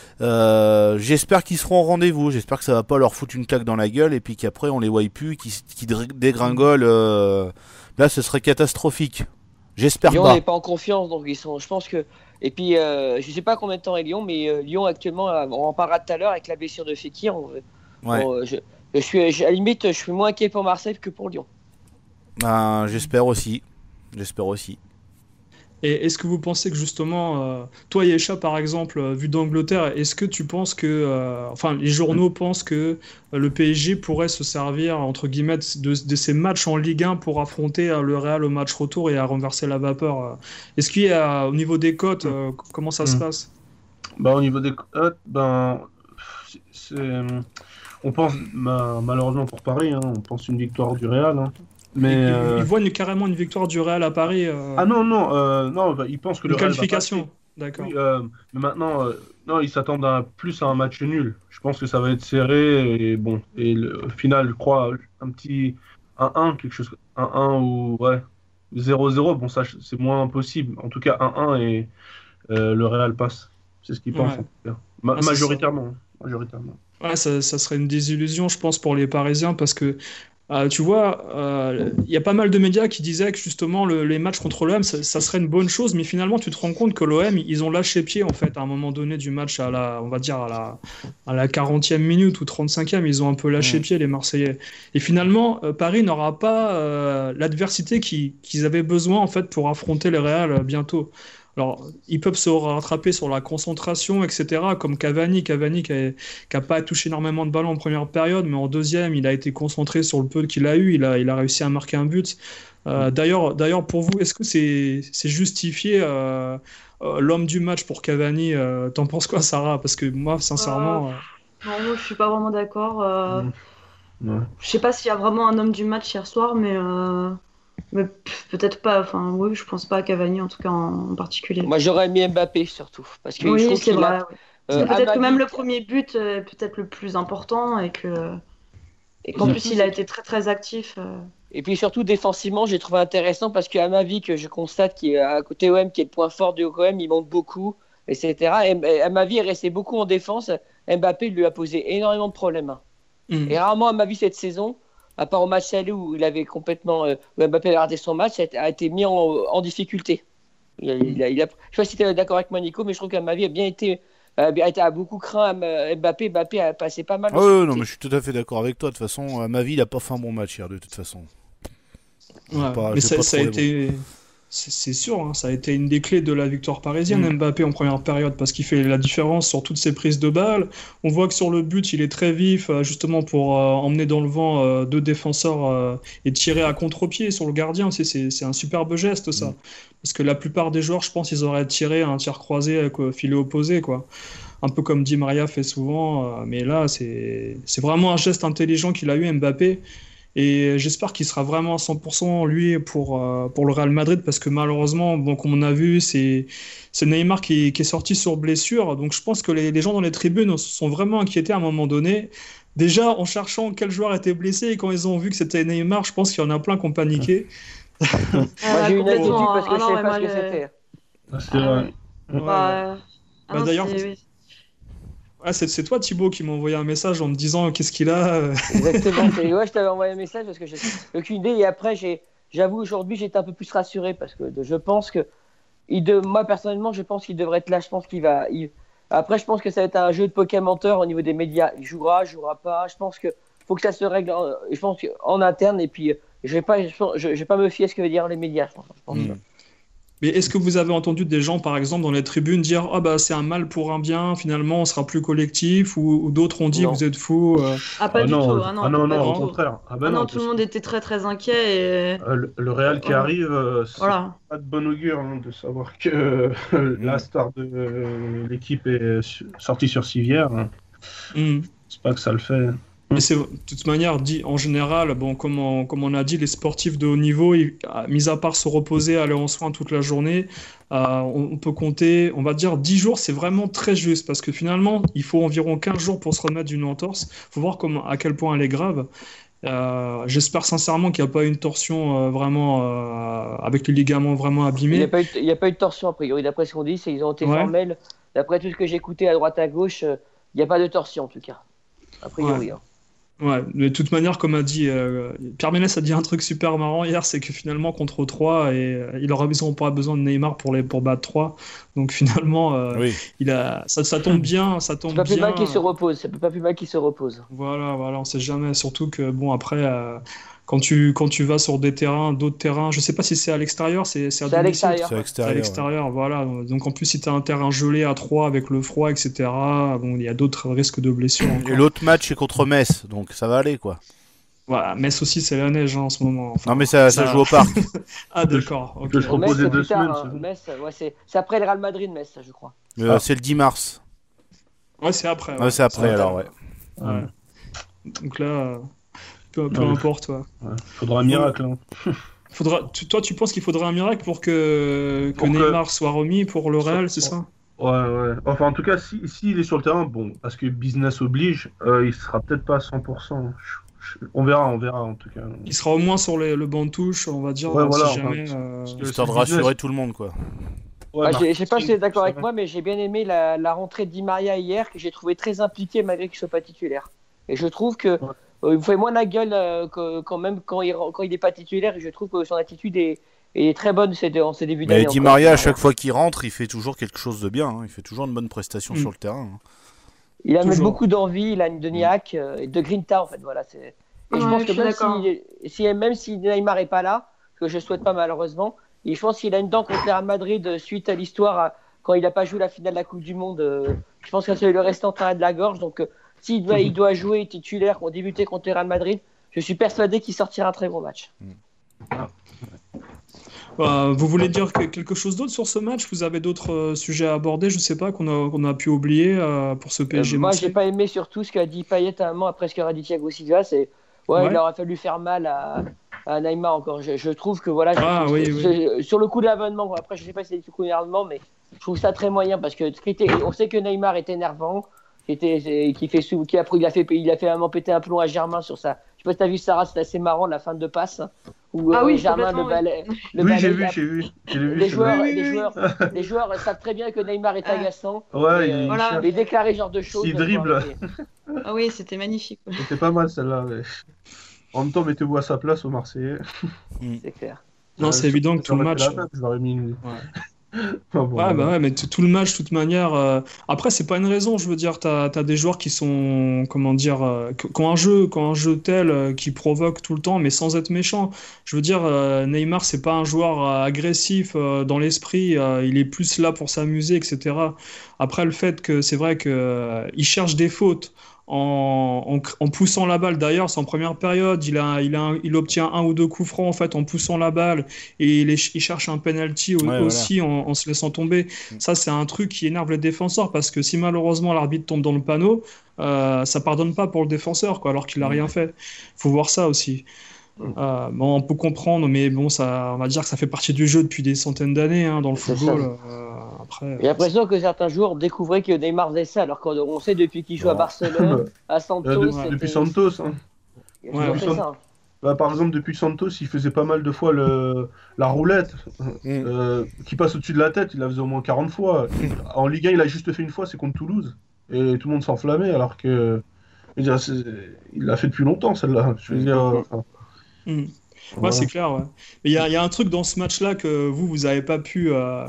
Euh, j'espère qu'ils seront au rendez-vous, j'espère que ça va pas leur foutre une claque dans la gueule et puis qu'après on les voit plus, qu'ils qui dégringolent. Euh, là, ce serait catastrophique. J'espère Lyon pas. n'est pas en confiance, donc ils sont. Je pense que. Et puis, euh, je sais pas combien de temps est Lyon, mais euh, Lyon actuellement, euh, on en parlera tout à l'heure avec la blessure de Fekir. On, Ouais. on, je, je suis, je- à la limite, je suis moins inquiet pour Marseille que pour Lyon. Ben, j'espère aussi. J'espère aussi. Et est-ce que vous pensez que justement, euh, toi Yesha par exemple, euh, vu d'Angleterre, est-ce que tu penses que, euh, enfin les journaux pensent que euh, le P S G pourrait se servir entre guillemets de, de ces matchs en Ligue un pour affronter euh, le Real au match retour et à renverser la vapeur euh. Est-ce qu'il y a au niveau des cotes, euh, comment ça se Mm. passe? Bah, au niveau des cotes, ben, c'est, c'est- on pense, bah, malheureusement pour Paris, hein, on pense une victoire du Real, hein. Mais ils, euh... ils voient une, carrément une victoire du Real à Paris. Euh... Ah non, non, euh, non bah, ils pensent que une le Real qualification. va passer. D'accord. Oui, euh, mais maintenant, euh, non, ils s'attendent à, plus à un match nul. Je pense que ça va être serré et bon. Et le, au final, je crois un petit un un, quelque chose, un un ou ouais, zéro zéro. Bon, ça, c'est moins impossible. En tout cas, un un et euh, le Real passe. C'est ce qu'ils pensent. Ouais. En tout cas. Ma- Ah, majoritairement. majoritairement. Ouais, ça, ça serait une désillusion, je pense, pour les Parisiens parce que. Euh, tu vois, il euh, y a pas mal de médias qui disaient que justement le, les matchs contre l'O M, ça, ça serait une bonne chose, mais finalement tu te rends compte que l'O M, ils ont lâché pied en fait à un moment donné du match à la, on va dire à la, à la quarantième minute ou trente-cinquième, ils ont un peu lâché Mmh. pied les Marseillais. Et finalement, euh, Paris n'aura pas euh, l'adversité qu'ils qu'ils avaient besoin en fait pour affronter le Real euh, bientôt. Alors, ils peuvent se rattraper sur la concentration, et cetera, comme Cavani, Cavani qui n'a pas touché énormément de ballons en première période, mais en deuxième, il a été concentré sur le peu qu'il a eu, il a, il a réussi à marquer un but. Euh, d'ailleurs, d'ailleurs, pour vous, est-ce que c'est c'est justifié euh, euh, l'homme du match pour Cavani euh, T'en penses quoi, Sarah? Parce que moi, sincèrement... Euh, non, moi, je suis pas vraiment d'accord. Euh, Mmh. Ouais. Je sais pas s'il y a vraiment un homme du match hier soir, mais... Euh... Mais pff, peut-être pas, enfin oui, je pense pas à Cavani en tout cas en, en particulier. Moi j'aurais mis Mbappé surtout. Parce que je Oui, trouve c'est qu'il vrai. a, Ouais. euh, Parce que à peut-être ma que même vie- le premier but est peut-être le plus important et que et qu'en Mm. plus il a été très très actif. euh. Et puis surtout défensivement, j'ai trouvé intéressant parce qu'à ma vie, que je constate qu'il est à côté O M, qui est le point fort du O M, il monte beaucoup, et cetera. Et à ma vie, il est resté beaucoup en défense. Mbappé lui a posé énormément de problèmes. hein. Mm. Et rarement, à ma vie, cette saison, à part au match aller où il avait complètement, euh, où Mbappé a raté son match, a été- a été mis en, en difficulté. Il a, il a, il a- je ne sais pas si tu es d'accord avec moi, Nico, mais je trouve qu'à ma vie, a bien été, a, bien été- a beaucoup craint euh, Mbappé. Mbappé a passé pas mal. Ah ouais, non, mais je suis tout à fait d'accord avec toi. De toute façon, à ma vie, il a pas fait un bon match hier, de toute façon. Ouais, pas- mais j'ai ça, pas ça a trouvé été, c'est c'est sûr, hein, ça a été une des clés de la victoire parisienne, Mm. Mbappé en première période, parce qu'il fait la différence sur toutes ses prises de balles. On voit que sur le but, il est très vif, euh, justement pour euh, emmener dans le vent euh, deux défenseurs euh, et tirer à contre-pied sur le gardien. C'est c'est- c'est un superbe geste, ça. Mm. Parce que la plupart des joueurs, je pense, ils auraient tiré un tir croisé avec euh, filet opposé, quoi. Un peu comme Di Maria fait souvent, euh, mais là, c'est c'est vraiment un geste intelligent qu'il a eu, Mbappé. Et j'espère qu'il sera vraiment à cent pour cent lui pour, euh, pour le Real Madrid parce que malheureusement, bon, comme on a vu, c'est c'est Neymar qui, qui est sorti sur blessure. Donc je pense que les, les gens dans les tribunes se sont vraiment inquiétés à un moment donné. Déjà en cherchant quel joueur était blessé et quand ils ont vu que c'était Neymar, je pense qu'il y en a plein qui ont paniqué. Moi, Ah, j'ai eu une attitude complètement, parce que ah je non, savais mais pas moi, ce que le- c'était. Ah, c'est Ah, vrai. ouais. Ouais, Bah, ouais. ah Bah, non, d'ailleurs, c'est- oui. Ah, c'est c'est toi Thibaut qui m'a envoyé un message en me disant qu'est-ce qu'il a. euh. Exactement. c'est- Ouais, je t'avais envoyé un message parce que j'ai aucune idée. Et après, j'ai, j'avoue, aujourd'hui, j'étais un peu plus rassuré parce que de- je pense que, il de, moi, personnellement, je pense qu'il devrait être là. Je pense qu'il va. il- Après, je pense que ça va être un jeu de Pokémon menteur au niveau des médias. Il jouera, il jouera pas. Je pense que faut que ça se règle. En, je pense que- en interne. Et puis, je vais pas, je, je vais pas me fier à ce que veulent dire les médias. Je pense. Je pense. Mm. Mais est-ce que vous avez entendu des gens, par exemple, dans les tribunes dire ah bah c'est un mal pour un bien, finalement on sera plus collectif, ou, ou d'autres ont dit Non. vous êtes fous. euh. Ah, pas Ah du non, tout. Ah non, ah non, pas non, du au tout. contraire. Ah ben Ah non, non, tout le parce monde était très très inquiet et que, euh, le, le Real qui Voilà. arrive, euh, c'est voilà. pas de bon augure hein, de savoir que euh, la star de euh, l'équipe est su- sortie sur civière. Hein. Hmm. C'est pas que ça le fait. Mais c'est de toute manière dit en général, bon comme on, comme on a dit, les sportifs de haut niveau, ils, ah, mis à part se reposer, aller en soins toute la journée, euh, on, on peut compter, on va dire dix jours, c'est vraiment très juste parce que finalement il faut environ quinze jours pour se remettre d'une entorse. Faut voir comment, à quel point elle est grave. Euh, j'espère sincèrement qu'il n'y a pas une torsion euh, vraiment euh, avec les ligaments vraiment Il n'y abîmés. a pas eu, il y a pas eu de torsion a priori. D'après ce qu'on dit, c'est ils ont été Ouais. formels. D'après tout ce que j'ai écouté à droite à gauche, euh, il n'y a pas de torsion en tout cas. A priori. Ouais. hein. Ouais, mais de toute manière, comme a dit euh, Pierre Ménès a dit un truc super marrant hier, c'est que finalement contre trois, et euh, il aura besoin, pas besoin de Neymar pour les pour battre trois. Donc finalement, euh, Oui. il a ça, ça tombe bien, ça C'est tombe pas plus bien. mal qu'il se repose. C'est pas plus mal qu'il se repose. Voilà, voilà, on sait jamais. Surtout que bon après, euh, quand tu quand tu vas sur des terrains, d'autres terrains, je sais pas si c'est à l'extérieur, c'est c'est à C'est à domicile. l'extérieur. C'est à ouais. C'est à l'extérieur. ouais. l'extérieur, voilà. Donc en plus, si tu as un terrain gelé à trois avec le froid, et cetera, bon, il y a d'autres risques de blessures Et encore. l'autre match est contre Metz, donc ça va aller quoi. Voilà, Metz aussi, c'est la neige hein, en ce moment. Enfin, Non mais ça, ça ça- joue au parc. Ah d'accord, ok. Je se Au Metz, reposer c'est deux plus tard. semaines, hein. c'est bon. Metz, ouais, c'est c'est après le Real Madrid, Metz, ça, je crois. Euh, Ah. C'est le dix mars. Ouais, c'est après. Ah, c'est après C'est alors ouais. Ouais. Donc là, euh, peu, peu Ouais. importe. Ouais. Ouais. Faudra un miracle. Hein. Faudra, tu- toi, tu penses qu'il faudrait un miracle pour que, que Pour que- Neymar soit remis pour le Real, c'est ça? Ouais, ouais. Enfin, en tout cas, si, s'il est sur le terrain, bon, parce que business oblige, euh, il sera peut-être pas à cent pour cent. Je- je- On verra, on verra en tout cas. Il sera au moins sur les- le banc de touche, on va dire, Ouais, si voilà, jamais. enfin, euh, parce que Histoire de c'est business. rassurer tout le monde, quoi. Ouais, Ah, j'ai- je sais pas marketing, si tu es d'accord ça avec va. moi, mais j'ai bien aimé la, la rentrée de Di Maria hier, que j'ai trouvé très impliqué malgré qu'il soit pas titulaire. Et je trouve que Ouais. euh, il fait moins la gueule euh, que- quand même quand il, quand il est pas titulaire. Et je trouve que son attitude est, est très bonne ces- en ces débuts d'année. Mais Di encore. Maria, à chaque fois qu'il rentre, il fait toujours quelque chose de bien. hein. Il fait toujours une bonne prestation Mm. sur le terrain. hein. Il a même Toujours. beaucoup d'envie, il a une de niaque euh, et de grinta en fait. Voilà, c'est... Et je Ouais, pense je que suis même d'accord. si, si- même si Neymar est pas là, ce que je souhaite pas malheureusement, et je pense qu'il a une dent contre le Real Madrid euh, suite à l'histoire à- quand il n'a pas joué la finale de la Coupe du Monde. euh, je pense que ça lui reste en train de la gorge. Donc euh, s'il doit, il doit jouer titulaire pour débuter contre le Real Madrid, je suis persuadé qu'il sortira un très gros match. Euh, vous voulez dire que- quelque chose d'autre sur ce match? Vous avez d'autres euh, sujets à aborder, je sais pas, qu'on a, qu'on a pu oublier euh, pour ce Euh, P S G moi, Marseille? j'ai pas aimé surtout ce qu'a dit Payet à un moment après ce qu'a dit Thiago Silva. C'est ouais, Ouais. il aurait fallu faire mal à, à Neymar encore. Je, je trouve que voilà, je- Ah, je- oui, je- sur le coup de l'avènement, après je sais pas si c'est du coup d'énervement, mais je trouve ça très moyen parce que traiter- on sait que Neymar est énervant, qui était, c'est- qui fait sous, qui a pris, il a fait, il a fait vraiment péter un plomb à Germain sur ça. Je sais pas si t'as vu Sarah, c'est assez marrant la fin de passe où Ah euh, oui, Germain le complètement, oui. balai. Le Oui, balai, j'ai il vu, a- j'ai vu. Je l'ai vu, Les je joueurs, l'ai vu. les joueurs, les joueurs savent très bien que Neymar est Ah. agaçant. Ouais, et, euh, il Voilà. cherche. mais déclarer ce genre de choses. Il il faut dribble. arrêter. Ah oui, c'était magnifique. ouais. C'était pas mal celle-là. Mais... En même temps, mettez-vous à sa place aux Marseillais. C'est clair. Non, c'est évident que tout le J'aurais fait match. la même, je l'aurais mis une- Ouais. Enfin, bon, Ouais, bah voilà. ouais, mais t- tout le match, de toute manière. euh, Après, c'est pas une raison, je veux dire, t'as, t'as des joueurs qui sont, comment dire, euh, qui qui ont un jeu, qui ont un jeu tel euh, qui provoque tout le temps, mais sans être méchant. Je veux dire, euh, Neymar, c'est pas un joueur euh, agressif euh, dans l'esprit, euh, il est plus là pour s'amuser, et cetera. Après, le fait que c'est vrai que euh, il cherche des fautes. En, en, en poussant la balle, d'ailleurs, c'est en première période, il, a, il, a un- il obtient un ou deux coups francs en fait en poussant la balle et il, est- il cherche un penalty au- Ouais, aussi en, en se laissant tomber. Ça, c'est un truc qui énerve les défenseurs parce que si malheureusement l'arbitre tombe dans le panneau, euh, ça pardonne pas pour le défenseur, quoi, alors qu'il a rien fait. Faut voir ça aussi. Euh, bon, on peut comprendre, mais bon, ça, on va dire que ça fait partie du jeu depuis des centaines d'années hein, dans le C'est football. ça. euh, après, J'ai l'impression que certains joueurs découvraient que Neymar faisait ça, alors qu'on on sait depuis qu'il joue à Non. Barcelone, à Euh, Santos. de- c'était- depuis Santos. Hein. Il a Ouais, toujours ouais. fait ça. Bah, par exemple, depuis Santos, il faisait pas mal de fois le... la roulette Mm. euh, qui passe au-dessus de la tête. Il la faisait au moins quarante fois. En Ligue un, il a juste fait une fois, c'est contre Toulouse. Et tout le monde s'enflammait, alors que. Je veux dire, c'est- il l'a fait depuis longtemps, celle-là. Je veux dire. euh, enfin, Hmm. Ouais, voilà. c'est clair, ouais. Mais il y a, il y a un truc dans ce match-là que vous, vous avez pas pu euh,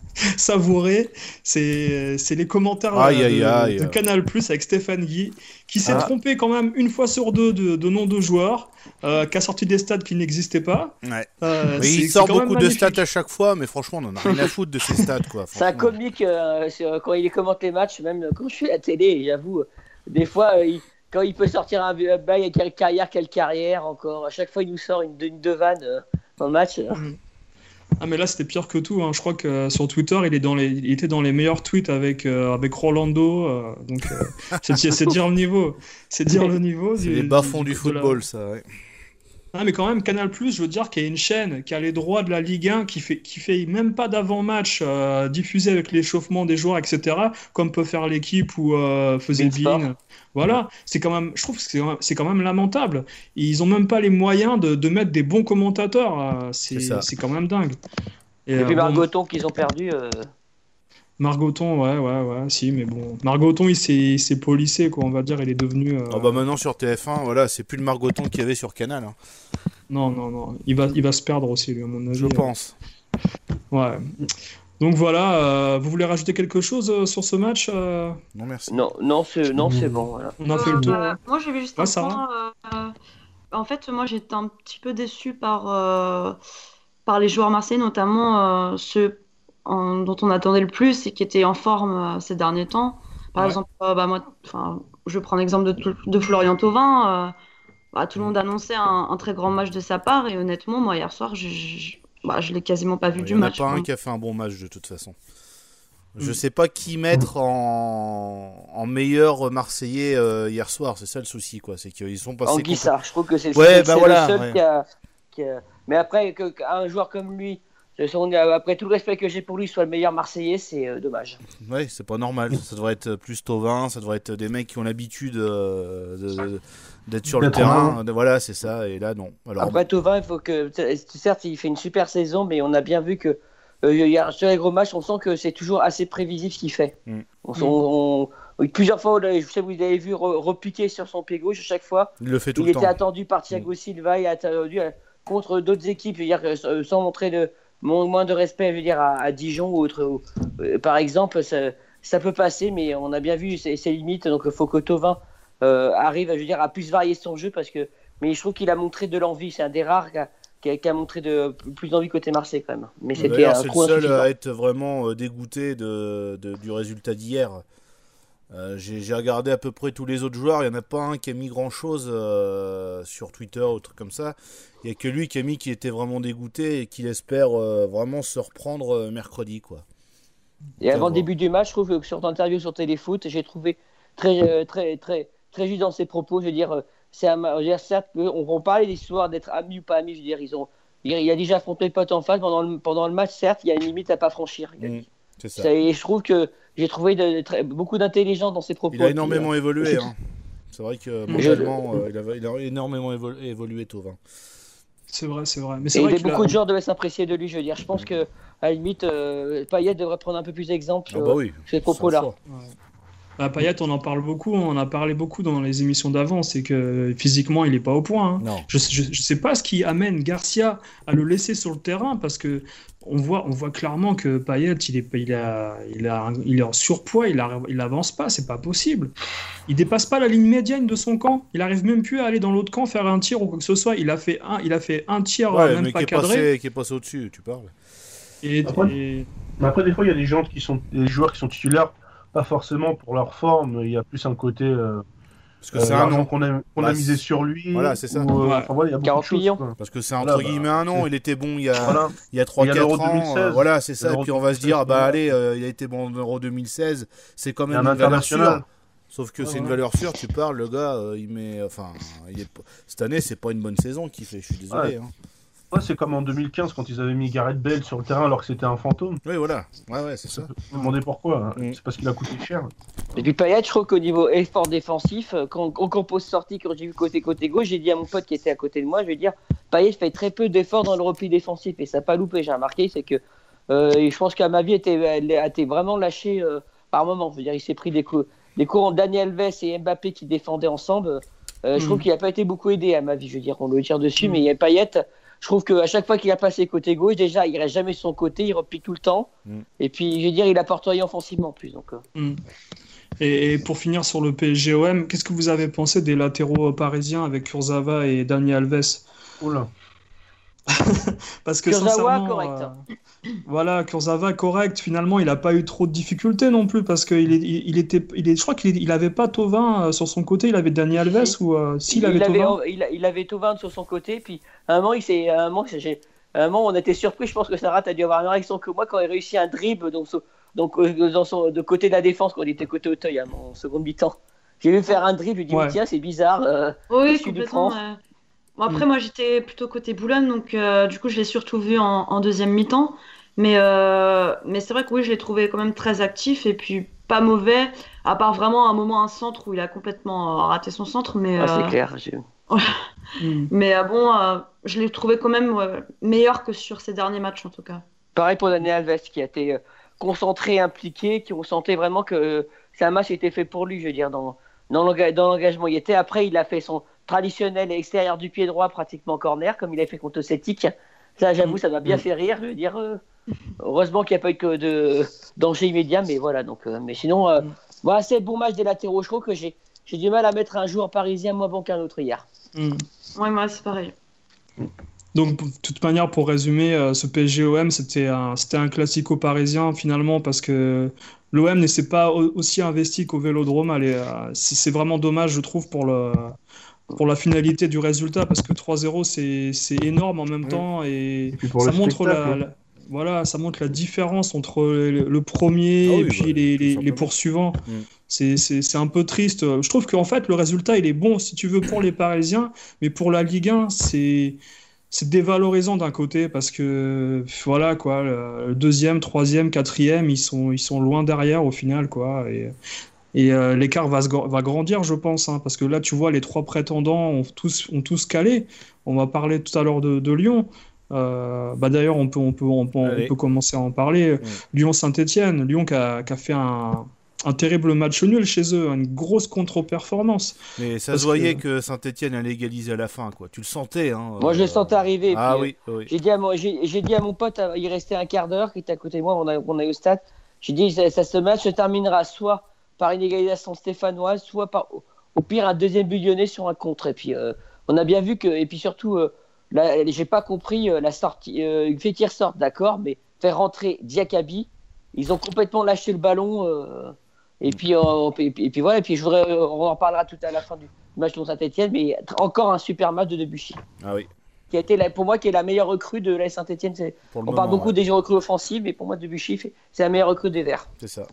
savourer, c'est c'est les commentaires euh, Aïe, aïe, de, aïe. de Canal+ avec Stéphane Guy, qui s'est Ah. trompé quand même une fois sur deux de, de nom de joueur, euh, qui a sorti des stats qui n'existaient pas. Ouais. Euh, Mais c'est- il c'est sort quand même beaucoup de magnifique. stats à chaque fois, mais franchement, on en a rien à foutre de ces stats, quoi. C'est un franchement. comique euh, sur- quand il commente les matchs, même quand je suis à la télé, j'avoue, euh, des fois, euh, il- quand il peut sortir un un bail, quelle carrière, quelle carrière encore. À chaque fois, il nous sort une, une deux vannes euh, dans le match. Ah mais là c'était pire que tout, hein. Je crois que euh, sur Twitter il, est dans les, il était dans les meilleurs tweets avec, euh, avec Rolando, euh, donc euh, c'est c'est dire le niveau, c'est dire le niveau. C'est du- les bas-fonds du- du de la- football, ça, ouais. Ah, mais quand même, Canal+, je veux dire qu'il y a une chaîne qui a les droits de la Ligue un, qui fait, qui fait même pas d'avant-match euh, diffusé avec l'échauffement des joueurs, et cetera, comme peut faire l'équipe ou euh, faisait Beansport. Bean. Voilà, c'est quand même, je trouve que c'est quand même- c'est quand même lamentable. Ils ont même pas les moyens de, de mettre des bons commentateurs. euh, C'est C'est ça. c'est quand même dingue. Et, Et puis euh, bon, Margoton qu'ils ont perdu. euh, Margoton, ouais, ouais, ouais, si, mais bon. Margoton, il s'est il s'est polissé, quoi, on va dire, il est devenu. euh, Ah bah maintenant sur T F un, voilà, c'est plus le Margoton qu'il y avait sur Canal, hein, Non, non, non, il va, il va se perdre aussi, lui, à mon avis. je pense. Ouais. Donc voilà, euh, vous voulez rajouter quelque chose euh, sur ce match euh Non, merci. Non, non, c'est non, c'est bon. Voilà. On a fait le Euh, tour. bah, hein. Moi, j'avais juste Ouais, un Sarah point. euh, en fait, moi, j'étais un petit peu déçue par, euh, par les joueurs marseillais, notamment euh, ceux en- dont on attendait le plus et qui étaient en forme euh, ces derniers temps. Par Ouais. exemple, euh, bah, moi, enfin, je prends l'exemple de, tout- de Florian Thauvin. euh, bah, tout le monde annonçait un, un très grand match de sa part et honnêtement, moi, hier soir, je, je, bah, je l'ai quasiment pas vu Il du n'y en a match. pas un quoi. qui a fait un bon match de toute façon. Je sais pas qui mettre en, en meilleur Marseillais euh, hier soir, c'est ça le souci, quoi. C'est qu'ils sont passés. Anguissa, contre... je trouve que c'est, ouais, c'est, bah c'est voilà, le seul ouais. qui, a, qui a. Mais après, que, qu'un joueur comme lui, après tout le respect que j'ai pour lui, soit le meilleur Marseillais, c'est euh, dommage. Ouais, c'est pas normal. Ça devrait être plus Thauvin, ça devrait être des mecs qui ont l'habitude euh, de, de, d'être sur d'être le terrain. De, voilà, c'est ça. Et là, non. Alors, après Thauvin, il faut que. Certes, il fait une super saison, mais on a bien vu que. Euh, y a, sur les gros matchs, on sent que c'est toujours assez prévisible ce qu'il fait. Mm. On, on, on, plusieurs fois, je sais que vous avez vu re, repiquer sur son pied gauche à chaque fois. Il le fait tout il le temps. Il était attendu par Thiago mm. Silva, il a attendu contre d'autres équipes, je veux dire, sans montrer de moins de respect, je veux dire, à, à Dijon ou autre. Ou, euh, par exemple, ça, ça peut passer, mais on a bien vu ses, ses limites. Donc, il faut que Thauvin euh, arrive, je veux dire, à plus varier son jeu, parce que. Mais je trouve qu'il a montré de l'envie. C'est un des rares qui a, qui a, qui a montré de, plus d'envie côté Marseille quand même. Mais c'était D'ailleurs, un c'est coup le seul à être vraiment dégoûté de, de, du résultat d'hier. Euh, j'ai, j'ai regardé à peu près tous les autres joueurs. Il n'y en a pas un qui a mis grand-chose euh, sur Twitter ou truc comme ça. Il n'y a que lui qui a mis qui était vraiment dégoûté et qu'il espère euh, vraiment se reprendre euh, mercredi, quoi. Et avant le début du match, je trouve que sur ton interview sur Téléfoot, j'ai trouvé très, euh, très, très, très juste dans ses propos. Je veux dire, c'est un, je veux dire certes, on, on parlait de l'histoire d'être amis ou pas amis. Je veux dire, ils ont, il a déjà affronté le pote en face pendant le, pendant le match. Certes, il y a une limite à pas franchir. Mmh, c'est ça. Et je trouve que j'ai trouvé de, de, très, beaucoup d'intelligence dans ses propos. Il a énormément puis, évolué. Hein. C'est vrai que mentalement, euh, il, a, il a énormément évolu- évolué, Thauvin. C'est vrai, c'est vrai. Mais c'est et vrai il y a beaucoup a... de joueurs devaient s'apprécier de lui. Je veux dire, je pense que à la limite, euh, Payet devrait prendre un peu plus d'exemple ah bah oui, euh, sur ces propos-là. Ouais. Bah, Payet, on en parle beaucoup, on en a parlé beaucoup dans les émissions d'avant, c'est que physiquement, il n'est pas au point. Hein. Non. Je ne sais pas ce qui amène Garcia à le laisser sur le terrain, parce que on voit, on voit clairement que Payet, il est, il a, il a, il est en surpoids, il n'avance pas, c'est pas possible. Il dépasse pas la ligne médiane de son camp, il arrive même plus à aller dans l'autre camp faire un tir ou quoi que ce soit. Il a fait un, il a fait un tir ouais, même mais pas qui est cadré. Passé, qui est passé au-dessus, tu parles. Et, après, et... mais après, des fois, il y a des gens qui sont, des joueurs qui sont titulaires. Pas forcément pour leur forme, il y a plus un côté euh, parce que c'est euh, un nom qu'on a, qu'on bah, a misé sur lui. Voilà, c'est ça. Ou, euh, ouais. enfin, voilà, il y a beaucoup de choses, quoi. Parce que c'est entre voilà, guillemets bah, un nom, il était bon il y a, voilà. il y a trois quatre ans. deux mille seize, voilà, c'est ça. Et puis on va se dire, bah allez, euh, il a été bon en Euro deux mille seize, c'est quand même une valeur sûre. Sauf que ouais, c'est ouais. une valeur sûre, tu parles, le gars, euh, il met. Enfin, il est... cette année, c'est pas une bonne saison qu'il fait, je suis désolé. Ouais. Hein. Ouais, c'est comme en deux mille quinze quand ils avaient mis Gareth Bale sur le terrain alors que c'était un fantôme. Oui, voilà. Ouais, ouais, c'est ça. Vous me demandez pourquoi. Hein. Mm. C'est parce qu'il a coûté cher. Et puis Payet, je trouve qu'au niveau effort défensif, quand on compose sortie, quand j'ai vu côté côté gauche, j'ai dit à mon pote qui était à côté de moi, je vais dire, Payet fait très peu d'efforts dans le repli défensif et ça n'a pas loupé. J'ai remarqué, c'est que euh, et je pense qu'à ma vie, était, elle a été vraiment lâché euh, par moment. Je veux dire, il s'est pris des coups, des coups en Daniel Alves et Mbappé qui défendaient ensemble. Euh, mm. Je trouve qu'il n'a pas été beaucoup aidé à ma vie. Je veux dire, on le tire dessus, mm. mais il y a Payet. Je trouve qu'à chaque fois qu'il a passé côté gauche, déjà, il reste jamais sur son côté, il repique tout le temps. Mm. Et puis, je veux dire, il apporte rien offensivement en plus. Donc, euh... mm. et, et pour finir sur le P S G O M, qu'est-ce que vous avez pensé des latéraux parisiens avec Kurzawa et Dani Alves? Oula. Parce que Kurzawa, correct. Euh, voilà, Kurzawa, correct. Finalement, il n'a pas eu trop de difficultés non plus parce qu'il est, il, il était, il est, je crois qu'il il avait pas Thauvin euh, sur son côté, il avait Dani Alves si. ou euh, s'il il avait Thauvin. Il, il avait Thauvin sur son côté, puis à un moment, il s'est, à un moment, j'ai, à un moment, on était surpris. Je pense que Sarah a dû avoir une réaction que moi quand il réussit un dribble, donc, donc dans son, de côté de la défense quand il était côté Auteuil en seconde mi-temps. J'ai vu faire un dribble, je lui dis ouais. tiens, c'est bizarre. Euh, oui, complètement. Ouais. Bon, après, mm. moi, j'étais plutôt côté Boulogne, donc euh, du coup, je l'ai surtout vu en, en deuxième mi-temps. Mais, euh, mais c'est vrai que oui, je l'ai trouvé quand même très actif et puis pas mauvais, à part vraiment un moment, un centre où il a complètement raté son centre. Mais, ah, euh... c'est clair. J'ai... mm. Mais euh, bon, euh, je l'ai trouvé quand même ouais, meilleur que sur ses derniers matchs, en tout cas. Pareil pour Dani Alves, qui a été euh, concentré, impliqué, qui ressentait vraiment que euh, c'est un match qui était fait pour lui, je veux dire, dans, dans, l'enga- dans l'engagement. Il était après, il a fait son traditionnel extérieur du pied droit, pratiquement corner, comme il a fait contre Celtic. Ça, j'avoue, ça m'a bien fait rire. Je veux dire, euh, heureusement qu'il n'y a pas eu que de danger immédiat, mais voilà. Donc, euh, mais sinon, euh, voilà, c'est le bon match des latéraux. Je trouve que j'ai, j'ai du mal à mettre un joueur parisien moins bon qu'un autre hier. Mm. Ouais, moi, c'est pareil. Donc, de toute manière, pour résumer, euh, ce P S G O M, c'était un, c'était un classico parisien, finalement, parce que l'O M ne s'est pas au- aussi investi qu'au Vélodrome. Allez, euh, c'est, c'est vraiment dommage, je trouve, pour le... pour la finalité du résultat, parce que trois zéro, c'est, c'est énorme en même temps, et, et puis pour ça le montre la, spectacle, la... voilà, ça montre la différence entre le, le premier Ah oui, et puis bah, les, tout les, simplement. les poursuivants. Mm. C'est, c'est, c'est un peu triste. Je trouve qu'en fait, le résultat, il est bon, si tu veux, pour les Parisiens, mais pour la Ligue un, c'est, c'est dévalorisant d'un côté parce que, voilà, quoi, le deuxième, troisième, quatrième, ils sont, ils sont loin derrière au final, quoi. Et, et euh, l'écart va, se, va grandir, je pense, hein, parce que là, tu vois, les trois prétendants ont tous, ont tous calé. On va parler tout à l'heure de, de Lyon. Euh, bah d'ailleurs, on peut, on, peut, on, peut, on peut commencer à en parler. Mm. Lyon-Saint-Etienne, Lyon qui a, qui a fait un, un terrible match nul chez eux, une grosse contre-performance. Mais ça se voyait que, que Saint-Etienne allait égaliser à la fin, quoi. Tu le sentais, hein. Moi, euh... je le sentais arriver. Ah puis, oui, oui. J'ai dit, à mon, j'ai, j'ai dit à mon pote, il restait un quart d'heure, qui était à côté de moi, on a, on a eu au stade. J'ai dit, ça, ça, ce match se terminera soit par une égalisation stéphanoise, soit par, au pire, un deuxième but lyonnais sur un contre. Et puis, euh, on a bien vu que, et puis surtout, euh, là, j'ai pas compris euh, la sortie, euh, Fekir sort, d'accord, mais faire rentrer Diakabi, ils ont complètement lâché le ballon. Euh, et, puis, euh, et, puis, et puis voilà, et puis je voudrais, on en reparlera tout à la fin du match contre Saint-Etienne, mais encore un super match de Debuchy. Ah oui. Qui a été la, pour moi qui est la meilleure recrue de la Saint-Etienne. C'est, on moment, parle beaucoup ouais. des recrues offensives, mais pour moi Debuchy c'est la meilleure recrue des Verts. C'est ça.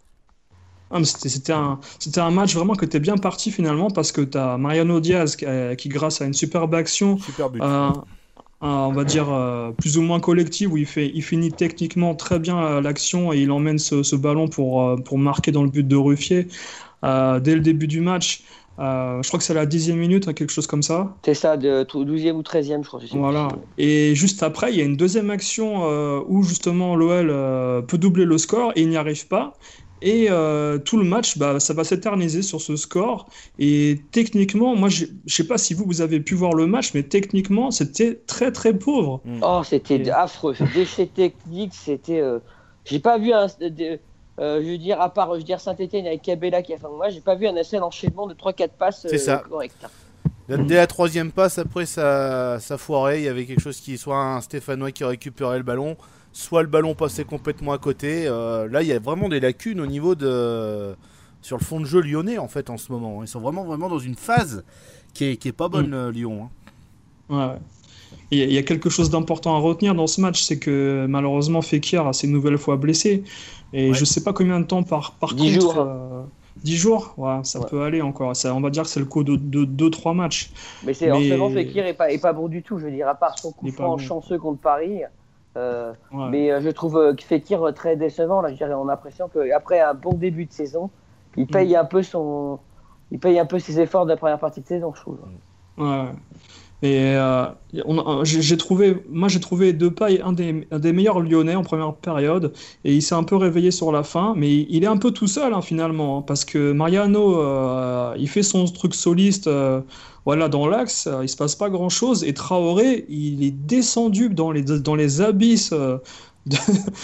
Ah, mais c'était, c'était, un, c'était un match vraiment que tu es bien parti finalement parce que tu as Mariano Diaz qui, qui, grâce à une superbe action, Super but. Euh, un, on va dire euh, plus ou moins collective, où il, fait, il finit techniquement très bien euh, l'action et il emmène ce, ce ballon pour, euh, pour marquer dans le but de Ruffier euh, dès le début du match. Euh, je crois que c'est à la dixième minute, quelque chose comme ça. C'est ça, de douzième ou treizième, je crois. Je voilà. Et juste après, il y a une deuxième action euh, où justement l'O L euh, peut doubler le score et il n'y arrive pas. Et euh, tout le match, bah, ça va s'éterniser sur ce score. Et techniquement, moi, je ne sais pas si vous, vous avez pu voir le match, mais techniquement, c'était très, très pauvre. Oh, c'était et... affreux. Déchet technique, c'était... Euh... J'ai pas vu un... De... Euh, je veux dire, à part je veux dire Saint-Etienne avec Cabella qui a fait un match, j'ai pas vu un seul enchaînement de trois quatre passes euh, correct. Dès la troisième passe, après ça, ça foirait, il y avait quelque chose qui, soit un Stéphanois qui récupérait le ballon, soit le ballon passait complètement à côté. Euh, là, il y a vraiment des lacunes au niveau de sur le fond de jeu lyonnais en fait en ce moment. Ils sont vraiment vraiment dans une phase qui est qui est pas bonne mmh. euh, Lyon. Hein. Ouais. Il y a quelque chose d'important à retenir dans ce match, c'est que malheureusement Fekir a ses nouvelles fois blessé. Et ouais. je sais pas combien de temps par, par dix contre. Jours. Euh, dix jours, ouais, ça ouais. peut aller encore. Ça, on va dire que c'est le coup de deux trois matchs. Mais c'est Mais... en ce moment, Fekir est pas, est pas bon du tout, je veux dire, à part son coup franc bon. chanceux contre Paris. Euh, ouais. Mais euh, je trouve euh, Fekir très décevant. Là, je dirais, on a l'impression qu'après un bon début de saison, il paye, mmh. un peu son... il paye un peu ses efforts de la première partie de saison, je trouve. Ouais. Et euh, on, j'ai, j'ai trouvé, moi j'ai trouvé Depay un des, un des meilleurs Lyonnais en première période, et il s'est un peu réveillé sur la fin, mais il est un peu tout seul hein, finalement, hein, parce que Mariano, euh, il fait son truc soliste, euh, voilà dans l'axe, euh, il se passe pas grand chose, et Traoré, il est descendu dans les dans les abysses euh, de,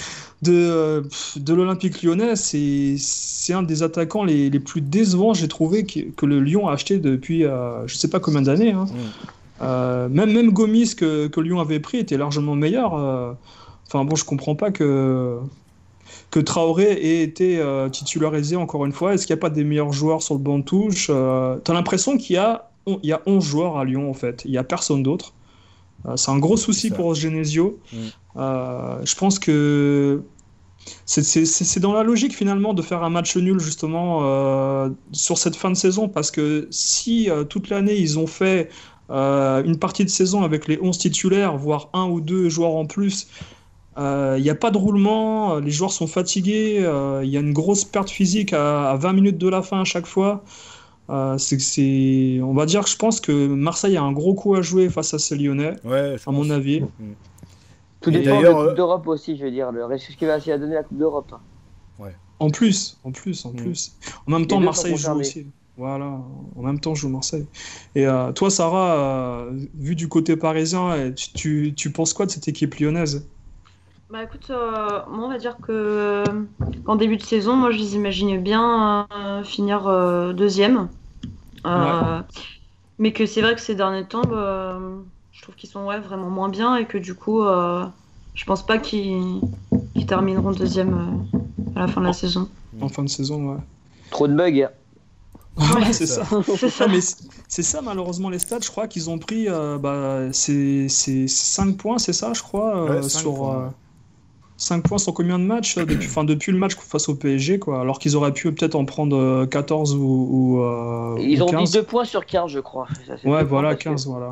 de, de l'Olympique Lyonnais. C'est c'est un des attaquants les, les plus décevants j'ai trouvé que, que le Lyon a acheté depuis euh, je sais pas combien d'années. Hein. Mmh. Euh, même, même Gomis que, que Lyon avait pris était largement meilleur. Euh, enfin bon, je comprends pas que, que Traoré ait été euh, titularisé encore une fois. Est-ce qu'il n'y a pas des meilleurs joueurs sur le banc de touche euh, T'as l'impression qu'il y a, on, il y a onze joueurs à Lyon en fait. Il n'y a personne d'autre. Euh, c'est un gros souci pour Genesio. Mmh. Euh, je pense que c'est, c'est, c'est dans la logique finalement de faire un match nul justement euh, sur cette fin de saison, parce que si euh, toute l'année ils ont fait Euh, une partie de saison avec les onze titulaires, voire un ou deux joueurs en plus, il euh, n'y a pas de roulement, les joueurs sont fatigués, il euh, y a une grosse perte physique à, à vingt minutes de la fin à chaque fois. Euh, c'est, c'est, on va dire que je pense que Marseille a un gros coup à jouer face à ces Lyonnais, ouais, à mon avis. Mmh. Tout dépend de la Coupe d'Europe aussi, je veux dire, le ce qui va essayer de donner la Coupe d'Europe. Hein. Ouais. En plus, en plus, en mmh. plus. En même temps, Marseille joue aussi. Voilà, en même temps, je joue Marseille. Et euh, toi, Sarah, euh, vu du côté parisien, tu, tu, tu penses quoi de cette équipe lyonnaise ? Bah écoute, euh, moi on va dire que euh, qu'en début de saison, moi je les imagine bien euh, finir euh, deuxième. Euh, ouais. Mais que c'est vrai que ces derniers temps, bah, je trouve qu'ils sont ouais, vraiment moins bien et que du coup, euh, je pense pas qu'ils, qu'ils termineront deuxième euh, à la fin de la en, saison. En fin de saison, ouais. Trop de bugs. Ouais, c'est ça. c'est ça. Ah, mais c'est, c'est ça malheureusement les stats. Je crois qu'ils ont pris euh, bah, c'est, c'est cinq points, c'est ça, je crois, euh, ouais, sur points, euh, ouais. cinq points sur combien de matchs euh, depuis, enfin, depuis le match face au P S G, quoi, alors qu'ils auraient pu peut-être en prendre euh, quatorze ou, ou, euh, Ils ou ont quinze. dit deux points sur quinze, je crois. Ça, c'est Ouais, deux points voilà, parce que- quinze, voilà.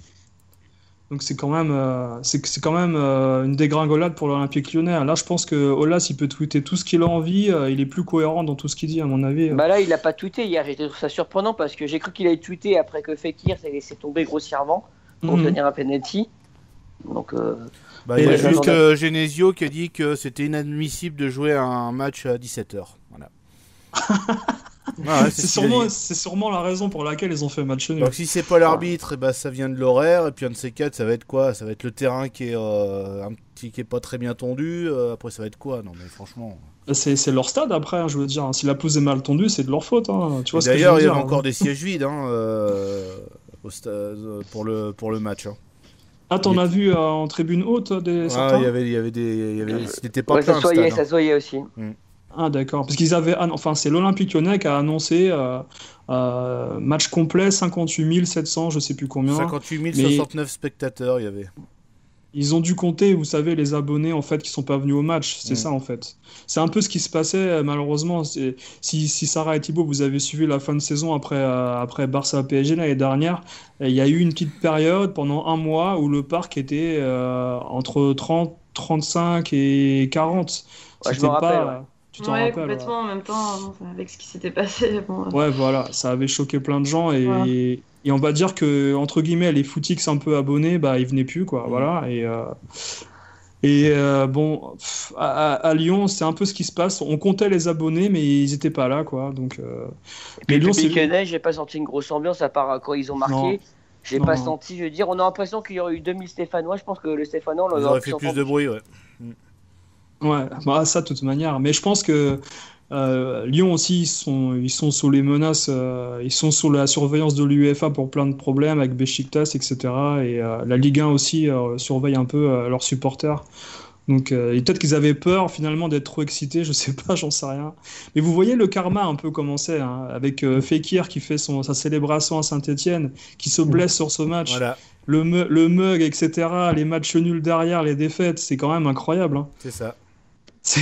Donc c'est quand même, euh, c'est, c'est quand même euh, une dégringolade pour l'Olympique Lyonnais. Là, je pense que Aulas, il peut tweeter tout ce qu'il a envie. euh, il est plus cohérent dans tout ce qu'il dit, à mon avis. Bah là, il a pas tweeté hier. J'ai trouvé ça surprenant parce que j'ai cru qu'il allait tweeter après que Fekir s'est laissé tomber grossièrement pour Mhm. obtenir un penalty. Donc, euh, Bah, il y Et a le- juste euh, Genesio qui a dit que c'était inadmissible de jouer un match à dix-sept heures. Voilà. Ah ouais, C'est c'est ce qu'il a sûrement, dit. c'est sûrement la raison pour laquelle ils ont fait match nul. Donc si c'est pas l'arbitre, eh ben, ça vient de l'horaire. Et puis un de ces quatre, ça va être quoi? Ça va être le terrain qui est euh, un petit qui est pas très bien tendu. euh, après ça va être quoi? Non mais franchement. C'est, c'est leur stade après, hein, je veux dire. Si la pelouse est mal tendue, c'est de leur faute. Hein. Tu vois Et ce que je d'ailleurs, veux il y dire, avait hein. encore des sièges vides hein, euh, au stade, euh, pour le pour le match. Hein. Ah, t'en il- as vu euh, en tribune haute des Ah, certains il y avait il y avait des il y avait c'était pas ouais, plein ça le se voyait, stade. ça hein. se voyait aussi. Ah, d'accord. Parce qu'ils avaient, ann- enfin, c'est l'Olympique Lyonnais qui a annoncé euh, euh, match complet cinquante-huit mille sept cents, je sais plus combien. cinquante-huit mille Mais- soixante-neuf spectateurs, il y avait. Ils ont dû compter, vous savez, les abonnés en fait qui sont pas venus au match. C'est Mm. ça en fait. C'est un peu ce qui se passait euh, malheureusement. C'est- Si, si Sarah et Thibaut, vous avez suivi la fin de saison après, euh, après Barça P S G l'année dernière, et il y a eu une petite période pendant un mois où le parc était euh, entre trente, trente-cinq et quarante. Ouais, je C'était me rappelle, pas. ouais. Tu t'en Ouais, rappelles, ouais. complètement. En même temps, hein, avec ce qui s'était passé. Bon, euh, Ouais, voilà, ça avait choqué plein de gens et, Voilà. et on va dire que entre guillemets les footix un peu abonnés, bah ils venaient plus quoi, Mm. voilà et euh, et euh, bon pff, à, à- à Lyon c'est un peu ce qui se passe. On comptait les abonnés mais ils étaient pas là quoi, donc euh, Et puis mais le Lyon public c'est lyonnais, j'ai pas senti une grosse ambiance à part euh, quand ils ont marqué. Non. J'ai Non, pas non. senti, je veux dire, on a l'impression qu'il y aurait eu deux mille Stéphanois. Je pense que le Stéphanois, on Ils aurait auraient fait plus de bruit, ouais. ouais, bah ça de toute manière. Mais je pense que euh, Lyon aussi ils sont ils sont sous les menaces, euh, ils sont sous la surveillance de l'UEFA pour plein de problèmes avec Beşiktaş et cetera. Et euh, la Ligue un aussi euh, surveille un peu euh, leurs supporters. Donc euh, et peut-être qu'ils avaient peur finalement d'être trop excités, je sais pas, j'en sais rien. Mais vous voyez le karma un peu comment c'est, hein, avec euh, Fekir qui fait son, sa célébration à Saint-Étienne, qui se blesse sur ce match, Voilà, le, mu- le mug, et cetera, les matchs nuls derrière, les défaites, c'est quand même incroyable. Hein. c'est ça. C'est-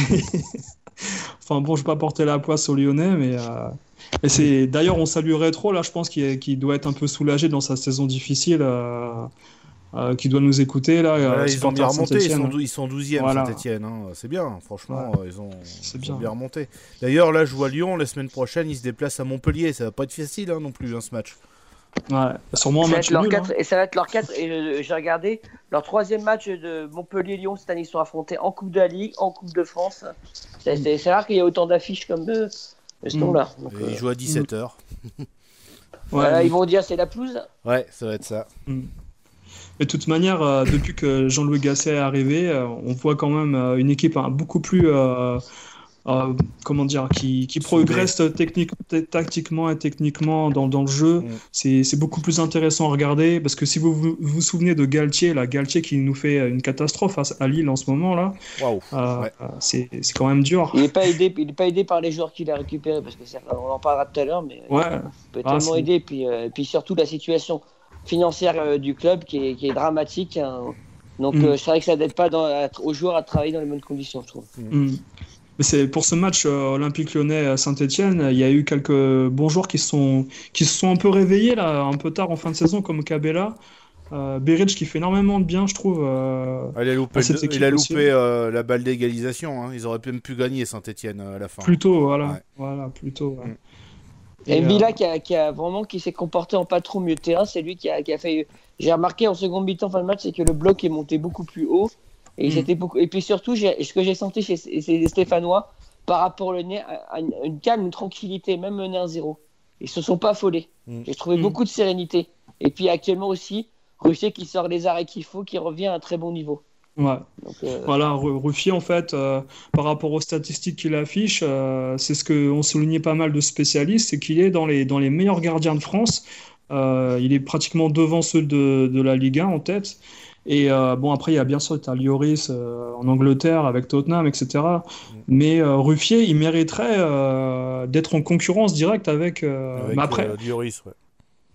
Enfin bon, je vais pas porter la poisse aux Lyonnais, mais euh, et c'est d'ailleurs on salue Rétro là, je pense qu'il est- qu'il doit être un peu soulagé dans sa saison difficile, euh, euh, qui doit nous écouter là. Voilà, euh, ils ont supporter bien de remonté, ils Saint-Étienne. sont, dou- ils sont douzième Voilà. Saint-Etienne, hein. C'est bien, franchement, ils ont, C'est ils bien. ont bien remonté. D'ailleurs, là, je vois Lyon, la semaine prochaine, ils se déplacent à Montpellier, ça va pas être facile hein, non plus, hein, ce match. Ouais, sûrement un Ça va, match être leur nul. quatre, hein. et ça va être leur quatre. Et euh, j'ai regardé leur troisième match de Montpellier-Lyon cette année. Ils sont affrontés en Coupe de la Ligue, en Coupe de France. C'est, c'est- c'est rare qu'il y ait autant d'affiches comme de, de ce Mm. nom-là. Donc, Et euh, ils jouent à dix-sept heures. Ouais, voilà, mais- ils vont dire c'est la pelouse. Ouais, ça va être ça. Mais de toute manière, euh, depuis que Jean-Louis Gasset est arrivé, euh, on voit quand même euh, une équipe hein, beaucoup plus, euh, euh, comment dire, qui, qui Soudée. progresse technique, t- tactiquement et techniquement dans, dans le jeu. Mm. C'est, c'est beaucoup plus intéressant à regarder parce que si vous vous, vous souvenez de Galtier, là, Galtier qui nous fait une catastrophe à, à Lille en ce moment là, Waouh. euh, Ouais. euh, c'est, c'est quand même dur. Il n'est pas aidé, il est pas aidé par les joueurs qu'il a récupérés parce que c'est- on en parlera tout à l'heure, mais Ouais, il peut Ah, tellement c'est- aider. Puis, euh, et puis surtout la situation financière euh, du club qui est, qui est dramatique. Hein. Donc Mm. euh, c'est vrai que ça n'aide pas dans, à- aux joueurs à travailler dans les bonnes conditions, je trouve. Mm. Mais c'est pour ce match euh, Olympique Lyonnais à Saint-Étienne, il y a eu quelques bons joueurs qui se sont qui se sont un peu réveillés là, un peu tard en fin de saison comme Cabella, euh, Beric qui fait énormément de bien, je trouve. euh, Ah, il a loupé, à cette le- équipe il a aussi. loupé euh, la balle d'égalisation. Hein. Ils auraient même pu gagner Saint-Etienne à la fin. Plutôt, voilà, Ouais. voilà, plutôt. ouais. Mm. Et Et, Mbila euh, qui, a, qui a vraiment qui s'est comporté en patron milieu de terrain, c'est lui qui a, qui a fait. J'ai remarqué en seconde mi-temps fin de match, c'est que le bloc est monté beaucoup plus haut et ils Mm. étaient beaucoup. Et puis surtout, j'ai- ce que j'ai senti chez ces ces Stéphanois par rapport au nez, à une, une calme, une tranquillité, même mené un zéro. Ils se sont pas affolés. Mm. J'ai trouvé Mm. beaucoup de sérénité. Et puis actuellement aussi, Russier qui sort les arrêts qu'il faut, qui revient à un très bon niveau. ouais. Donc, euh, Voilà, Ru- Ruffier, en fait, euh, par rapport aux statistiques qu'il affiche, euh, c'est ce qu'ont souligné pas mal de spécialistes, c'est qu'il est dans les, dans les meilleurs gardiens de France. Euh, il est pratiquement devant ceux de, de la Ligue un en tête. Et euh, bon, après, il y a bien sûr t'as Lloris euh, en Angleterre avec Tottenham, et cetera. Mais euh, Ruffier, il mériterait euh, d'être en concurrence directe avec. euh, Avec mais après, euh, Lloris, ouais.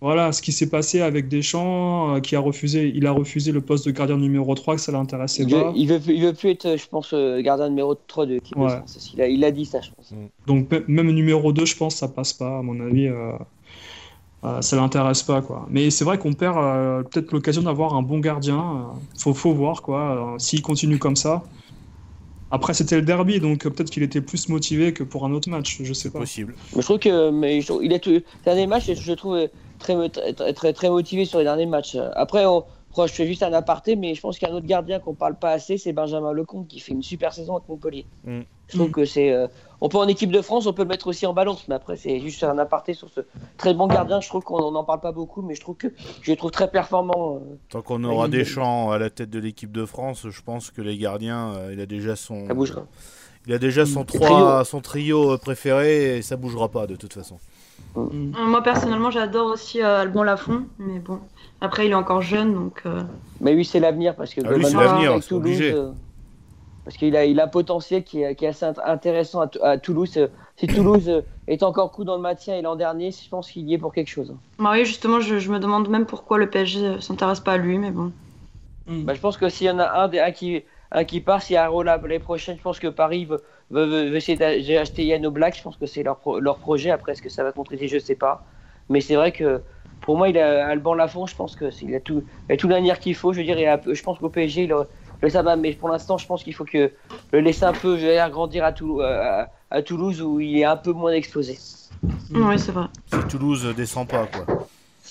Voilà, ce qui s'est passé avec Deschamps, euh, qui a refusé, il a refusé le poste de gardien numéro trois, que ça l'intéressait Il pas. veut, il, veut, il veut plus être, je pense, euh, gardien numéro trois de l'équipe Ouais. de France. Il a, il a dit ça, je pense. Donc m- même numéro deux, je pense, ça passe pas, à mon avis. Euh, euh, ça l'intéresse pas, quoi. Mais c'est vrai qu'on perd euh, peut-être l'occasion d'avoir un bon gardien. Euh, faut, faut voir, quoi, euh, s'il continue comme ça. Après, c'était le derby, donc euh, peut-être qu'il était plus motivé que pour un autre match, je sais C'est pas. possible. Mais je trouve que mais je trouve- il a tout, les derniers matchs, je le trouve très, mo- très, très, très motivé sur les derniers matchs. Après, on, je fais juste un aparté, mais je pense qu'il y a un autre gardien qu'on parle pas assez, c'est Benjamin Lecomte qui fait une super saison avec Montpellier. Mm. Je trouve Mm. que c'est. euh, on peut en équipe de France, on peut le mettre aussi en balance, mais après, c'est juste un aparté sur ce très bon gardien. Je trouve qu'on n'en parle pas beaucoup, mais je trouve que je le trouve très performant. euh, Tant qu'on aura il- Deschamps à la tête de l'équipe de France, je pense que les gardiens, euh, il a déjà son, Ça bougera. il a déjà son, Le trois, son trio préféré et ça bougera pas de toute façon. Mm. Euh, Moi, personnellement, j'adore aussi euh, Alban Lafont, mais bon, après, il est encore jeune, donc... euh, Mais lui, c'est l'avenir parce que Ah, lui, c'est globalement, l'avenir, avec c'est Toulouse, obligé. euh, parce qu'il a, il a un potentiel qui est, qui est assez int- intéressant à, Tou- à Toulouse. Euh, Si Toulouse euh, est encore coup dans le maintien et l'an dernier, je pense qu'il y est pour quelque chose. Bah oui, justement, je, je me demande même pourquoi le P S G s'intéresse pas à lui, mais bon. Mm. Bah, je pense que s'il y en a un, des, un, qui, un qui part, s'il y a un rôle l'année prochaine, je pense que Paris veut, veut, veut- veut essayer d'acheter Yann Oblak. Je pense que c'est leur, pro- leur projet. Après, est-ce que ça va se concrétiser, je sais pas. Mais c'est vrai que pour moi, il a Alban Lafont. Je pense qu'il a tout, il a tout l'avenir qu'il faut. Je veux dire, il a, je pense qu'au P S G, il a, le ça va. Mais pour l'instant, je pense qu'il faut que le laisser un peu, je veux dire, grandir à, Toulou- à, à Toulouse où il est un peu moins exposé. Mm. Oui, c'est vrai. Si Toulouse descend pas, quoi.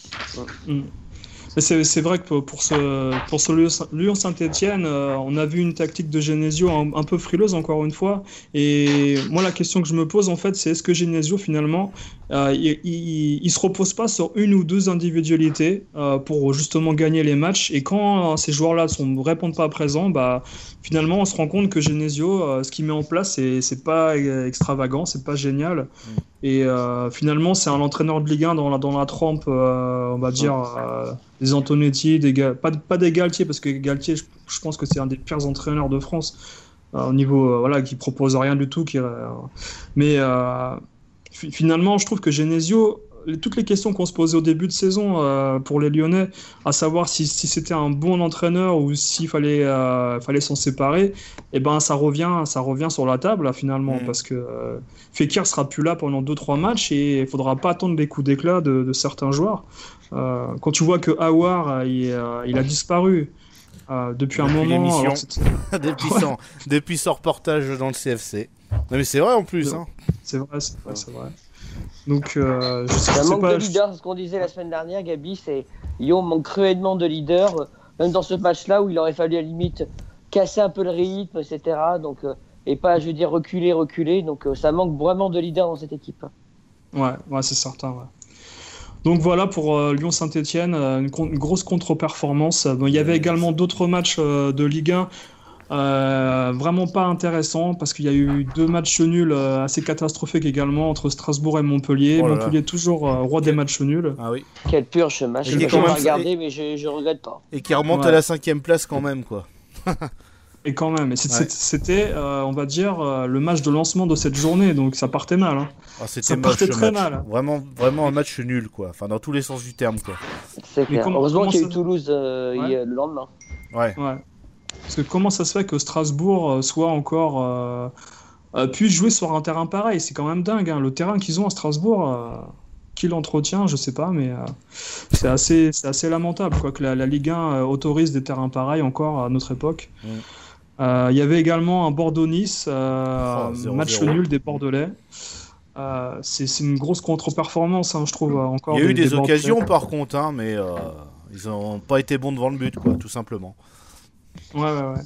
Mm. Mais c'est, c'est vrai que pour- pour ce, pour ce Lyon- Lyon-Saint-Etienne, euh, on a vu une tactique de Genesio un, un peu frileuse encore une fois. Et moi, la question que je me pose, en fait, c'est est-ce que Genesio, finalement, euh, il, il, il se repose pas sur une ou deux individualités euh, pour justement gagner les matchs. Et quand euh, ces joueurs-là ne répondent pas présents, bah, finalement, on se rend compte que Genesio, euh, ce qu'il met en place, c'est, c'est pas euh, extravagant, c'est pas génial. Et euh, finalement, c'est un entraîneur de Ligue un dans la, dans la trempe, euh, on va dire, euh, des Antonetti, des Ga- pas, pas des Galtier, parce que Galtier, je, je pense que c'est un des pires entraîneurs de France, euh, au niveau, euh, voilà, qui propose rien du tout. Qui, euh, mais euh, fi- finalement, je trouve que Genesio, les- toutes les questions qu'on se posait au début de saison euh, pour les Lyonnais, à savoir si, si c'était un bon entraîneur ou s'il fallait, euh, fallait s'en séparer, et ben ça revient, ça revient sur la table là, finalement, Mm. parce que euh, Fekir sera plus là pendant deux trois matchs et il faudra pas attendre les coups d'éclat de, de certains joueurs. Euh, quand tu vois que Aouar, euh, il, euh, il a disparu euh, depuis un Depuis moment, l'émission. alors que c'était- depuis, son, depuis son reportage dans le C F C. Non mais c'est vrai en plus. Non. Hein. c'est vrai, c'est vrai, c'est vrai. Donc, euh, je sais, Il y a je un sais manque pas. de leader, c'est ce qu'on disait la semaine dernière, Gabi. C'est Lyon manque cruellement de leader, euh, même dans ce match-là où il aurait fallu à la limite casser un peu le rythme, et cetera. Donc, euh, et pas, je veux dire, reculer, reculer. Donc, euh, ça manque vraiment de leader dans cette équipe. Ouais, ouais, c'est certain. Ouais. Donc voilà pour euh, Lyon-Saint-Etienne, euh, une, con- une grosse contre-performance. Bon, il y avait également d'autres matchs euh, de Ligue un euh, vraiment pas intéressants parce qu'il y a eu deux matchs nuls euh, assez catastrophiques également entre Strasbourg et Montpellier. Oh là là. Montpellier toujours euh, roi des matchs nuls. Ah oui. Quel purge ce match. Et Je qui est n'ai quand pas même- regardé, mais je, je regrette pas. Et qui remonte Ouais. à la cinquième place quand même quoi. Et quand même, et c'est- Ouais. c'est- c'était, euh, on va dire, euh, le match de lancement de cette journée, donc ça partait mal. Hein. Ah, c'était Ça moche partait ce très match. mal. Vraiment, vraiment un match nul quoi. Enfin dans tous les sens du terme quoi. C'est clair. comment- Heureusement comment qu'il y a eu ça- Toulouse euh, Ouais. il y a- le lendemain. Ouais. Ouais. Parce que comment ça se fait que Strasbourg euh, soit encore euh, euh, puisse jouer sur un terrain pareil? C'est quand même dingue. Hein. Le terrain qu'ils ont à Strasbourg, euh, qui l'entretient, je sais pas, mais euh, c'est assez, c'est assez lamentable quoi, que la, la Ligue un euh, autorise des terrains pareils encore à notre époque. Mm. Euh, Il y avait également un Bordeaux-Nice, euh, Oh, zéro match zéro. nul des Bordelais. Euh, c'est c'est une grosse contre-performance, hein, je trouve, euh, encore. Il y a eu des, Bordelais. occasions par contre, hein, mais euh, ils ont pas été bons devant le but quoi, tout simplement. Ouais, ouais, ouais.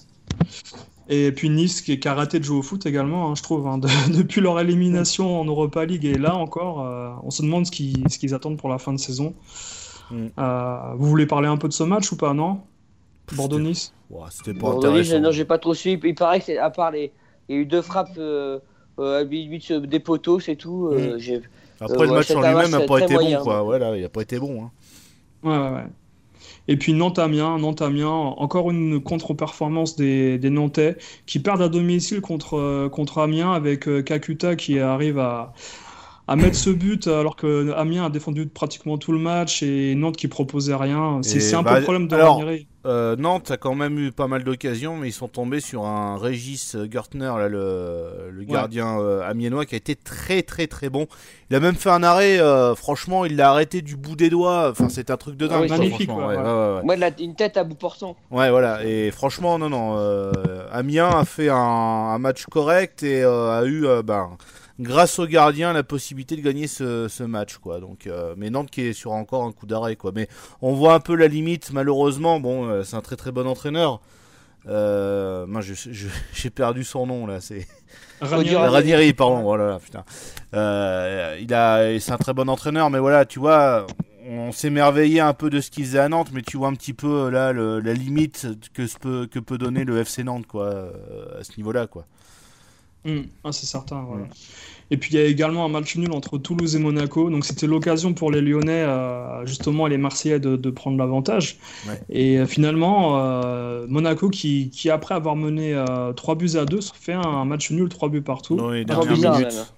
Et puis Nice qui, qui a raté de jouer au foot également, hein, je trouve. Hein, de- depuis leur élimination en Europa League et là encore, euh, on se demande ce qu'ils, ce qu'ils attendent pour la fin de saison. Mm. Euh, vous voulez parler un peu de ce match ou pas, non? Bordeaux-Nice? Ouais, c'était pas Bordeaux, intéressant. non, j'ai pas trop suivi. Il paraît que c'est à part les, il y a eu deux frappes euh, euh, à limite des poteaux, c'est tout. Euh, Mm. j'ai- Après Euh, le ouais, match c'est en un lui-même match n'a pas très été moyen, bon quoi. donc. Ouais, là, il a pas été bon. Hein. Ouais, ouais, ouais. Et puis Nantes-Amiens, Nantes-Amiens, encore une contre-performance des, des Nantais qui perdent à domicile contre, euh, contre Amiens avec euh, Kakuta qui arrive à, à mettre ce but alors que Amiens a défendu pratiquement tout le match et Nantes qui proposait rien. C'est, Et c'est un bah, peu le problème de alors, Ranieri. Euh, Nantes a quand même eu pas mal d'occasions, mais ils sont tombés sur un Régis Gertner, là, le, le gardien ouais. euh, amiénois, qui a été très très très bon. Il a même fait un arrêt, euh, franchement, il l'a arrêté du bout des doigts. Enfin, c'est un truc de dingue. Oui, quoi, magnifique. franchement. Ouais, ouais, ouais. Ouais, ouais, ouais. Moi, une tête à bout portant. Ouais, voilà. Et franchement, non, non. Euh, Amiens a fait un, un match correct et euh, a eu, euh, ben, grâce au gardien, la possibilité de gagner ce, ce match, quoi. Donc, euh, mais Nantes qui est sur encore un coup d'arrêt, quoi. Mais on voit un peu la limite, malheureusement. Bon, euh, c'est un très très bon entraîneur. Euh, moi, je, je, j'ai perdu son nom là. C'est Ranieri. Ranieri, pardon. Voilà, putain. Euh, il a, c'est un très bon entraîneur, mais voilà, tu vois. On s'émerveillait un peu de ce qu'il faisait à Nantes, mais tu vois un petit peu là le, la limite que, ce peut, que peut donner le F C Nantes, quoi, à ce niveau-là, quoi. Mmh, ah, c'est certain. Voilà. Mmh. Et puis il y a également un match nul entre Toulouse et Monaco, donc c'était l'occasion pour les Lyonnais, euh, justement, et les Marseillais de, de prendre l'avantage. Ouais. Et euh, finalement, euh, Monaco qui, qui après avoir mené euh, trois buts à deux, fait un match nul, trois buts partout. Dans les dernières minutes.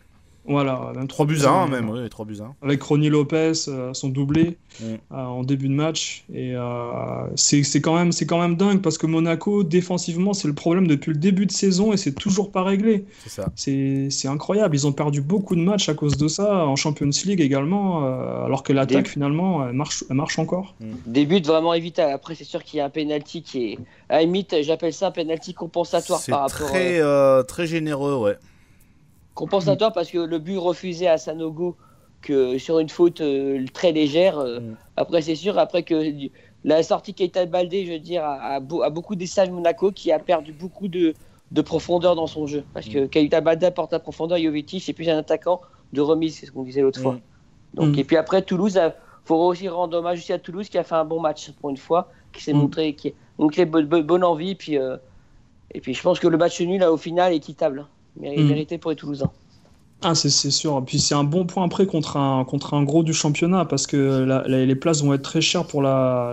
Voilà, même trois buts à un, même, oui, trois buts à un. Avec Ronny Lopez, euh, son doublé mm. euh, en début de match. Et euh, c'est, c'est, quand même, c'est quand même dingue parce que Monaco, défensivement, c'est le problème depuis le début de saison et c'est toujours pas réglé. C'est ça. C'est, c'est incroyable. Ils ont perdu beaucoup de matchs à cause de ça, en Champions League également, euh, alors que l'attaque, Des... finalement, elle marche, elle marche encore. Mm. Des buts vraiment évitables. Après, c'est sûr qu'il y a un penalty qui est. À la limite, j'appelle ça un penalty compensatoire c'est par rapport. Très, euh, très généreux, ouais. Compensatoire parce que le but refusé à Sanogo que sur une faute euh, très légère. Euh, mm. Après, c'est sûr, après que la sortie Keita Baldé, je veux dire, a, a, a beaucoup d'essais Monaco qui a perdu beaucoup de, de profondeur dans son jeu. Parce que mm. Keita Baldé apporte la profondeur, Jovetic, c'est plus un attaquant de remise, c'est ce qu'on disait l'autre mm. fois. Donc, mm. Et puis après, Toulouse, il faut aussi rendre hommage aussi à Toulouse qui a fait un bon match pour une fois, qui s'est mm. montré, qui a montré bonne, bonne envie. Puis, euh, et puis je pense que le match nul, là, au final, est équitable. Mérité pour les Toulousains. Ah, c'est, c'est sûr. Puis c'est un bon point après contre un, contre un gros du championnat parce que la, la, les places vont être très chères pour la,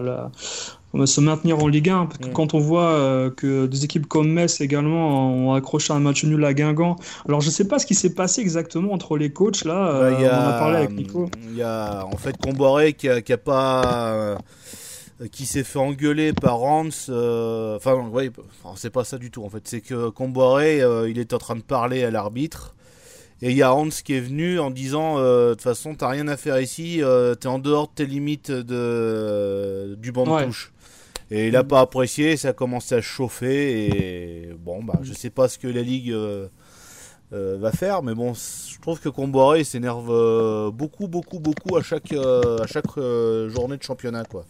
la, se maintenir en Ligue un. Parce que mmh. quand on voit euh, que des équipes comme Metz également ont accroché un match nul à Guingamp. Alors je ne sais pas ce qui s'est passé exactement entre les coachs là. Bah, euh, a, on en a parlé avec Nico. Il y a en fait Comboiré qui a, qui a pas. Euh... qui s'est fait engueuler par Hans, euh, enfin, ouais, enfin, c'est pas ça du tout en fait, c'est que Comboiré, euh, il est en train de parler à l'arbitre, et il y a Hans qui est venu en disant, euh, de toute façon, t'as rien à faire ici, euh, t'es en dehors de tes limites de, du banc de ouais. touche. Et il a pas apprécié, ça a commencé à chauffer, et bon, bah, je sais pas ce que la Ligue euh, euh, va faire, mais bon, je trouve que Comboiré s'énerve euh, beaucoup, beaucoup, beaucoup à chaque, euh, à chaque euh, journée de championnat, quoi.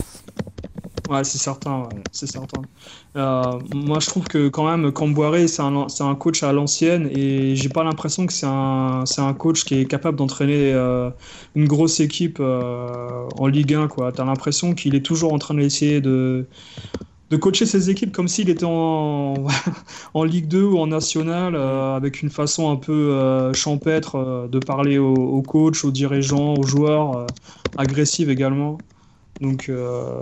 Ouais, c'est certain, ouais, c'est certain. Euh, moi, je trouve que quand même, Comboiré, c'est un, c'est un coach à l'ancienne et j'ai pas l'impression que c'est un, c'est un coach qui est capable d'entraîner euh, une grosse équipe euh, en Ligue un, quoi. T'as l'impression qu'il est toujours en train d'essayer de, de coacher ses équipes comme s'il était en, en Ligue deux ou en National, euh, avec une façon un peu euh, champêtre euh, de parler aux, aux coachs, aux dirigeants, aux joueurs, euh, agressive également. Donc, euh,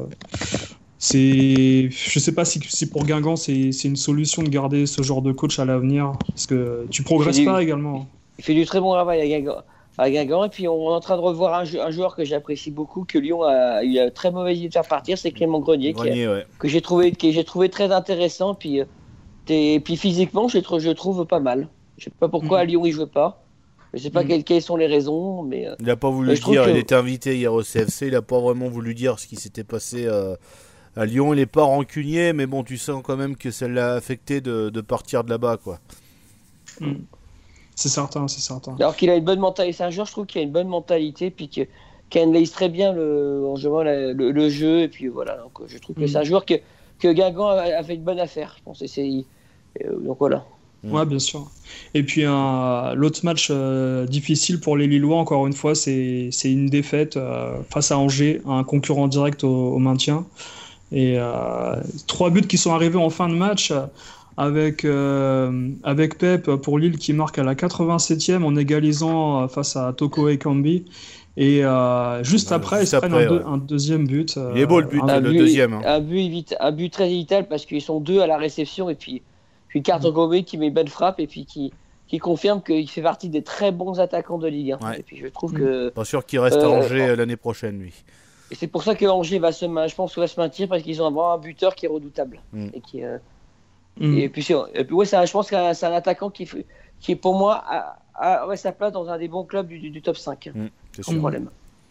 c'est, je sais pas si, si pour Guingamp c'est, c'est une solution de garder ce genre de coach à l'avenir, parce que tu progresses du, pas également. Il fait du très bon travail à Guingamp, à Guingamp et puis on est en train de revoir un, un joueur que j'apprécie beaucoup, que Lyon a eu une très mauvaise idée de faire partir, c'est Clément Grenier, Grenier qui, ouais. que j'ai trouvé, que j'ai trouvé très intéressant, puis, et puis physiquement je, je trouve pas mal. Je sais pas pourquoi mmh. à Lyon il jouait pas. Je sais pas mmh. quelles, quelles sont les raisons, mais... Il n'a pas voulu dire, que... il était invité hier au C F C, il n'a pas vraiment voulu dire ce qui s'était passé euh, à Lyon. Il n'est pas rancunier, mais bon, tu sens quand même que ça l'a affecté de, de partir de là-bas, quoi. Mmh. C'est certain, c'est certain. Alors qu'il a une bonne mentalité, c'est un joueur, je trouve qu'il a une bonne mentalité, puis qu'il qu analyse très bien le, en jouant le, le, le jeu, et puis voilà, donc je trouve que mmh. c'est un joueur que, que Guingamp a, a fait une bonne affaire, je pense, et c'est, euh, donc voilà. Ouais, bien sûr. Et puis euh, l'autre match euh, difficile pour les Lillois, encore une fois, c'est, c'est une défaite euh, face à Angers, un concurrent direct au, au maintien. Et euh, trois buts qui sont arrivés en fin de match avec, euh, avec Pep pour Lille qui marque à la quatre-vingt-septième en égalisant face à Toko Ekambi. Et euh, juste bah, après, juste ils se prennent un, deux, ouais. un deuxième but. Il est beau le but, un, le but, deuxième. Hein. Un, but évite, un but très évitable parce qu'ils sont deux à la réception et puis. Puis Carton Gomez qui met une bonne frappe et puis qui, qui confirme qu'il fait partie des très bons attaquants de Ligue un. Ouais. Et puis je trouve que. Pas sûr qu'il reste euh, à Angers euh, l'année prochaine, lui. Et c'est pour ça que Angers va se, je pense, va se maintenir parce qu'ils ont vraiment un buteur qui est redoutable Mm. et qui. Euh, Mm. Et puis, c'est- et puis ouais, c'est un- je pense que c'est un attaquant qui, fait- qui est pour moi a, a- ouais, sa place dans un des bons clubs du, du- du top cinq. Mm, c'est Sans sûr. problème.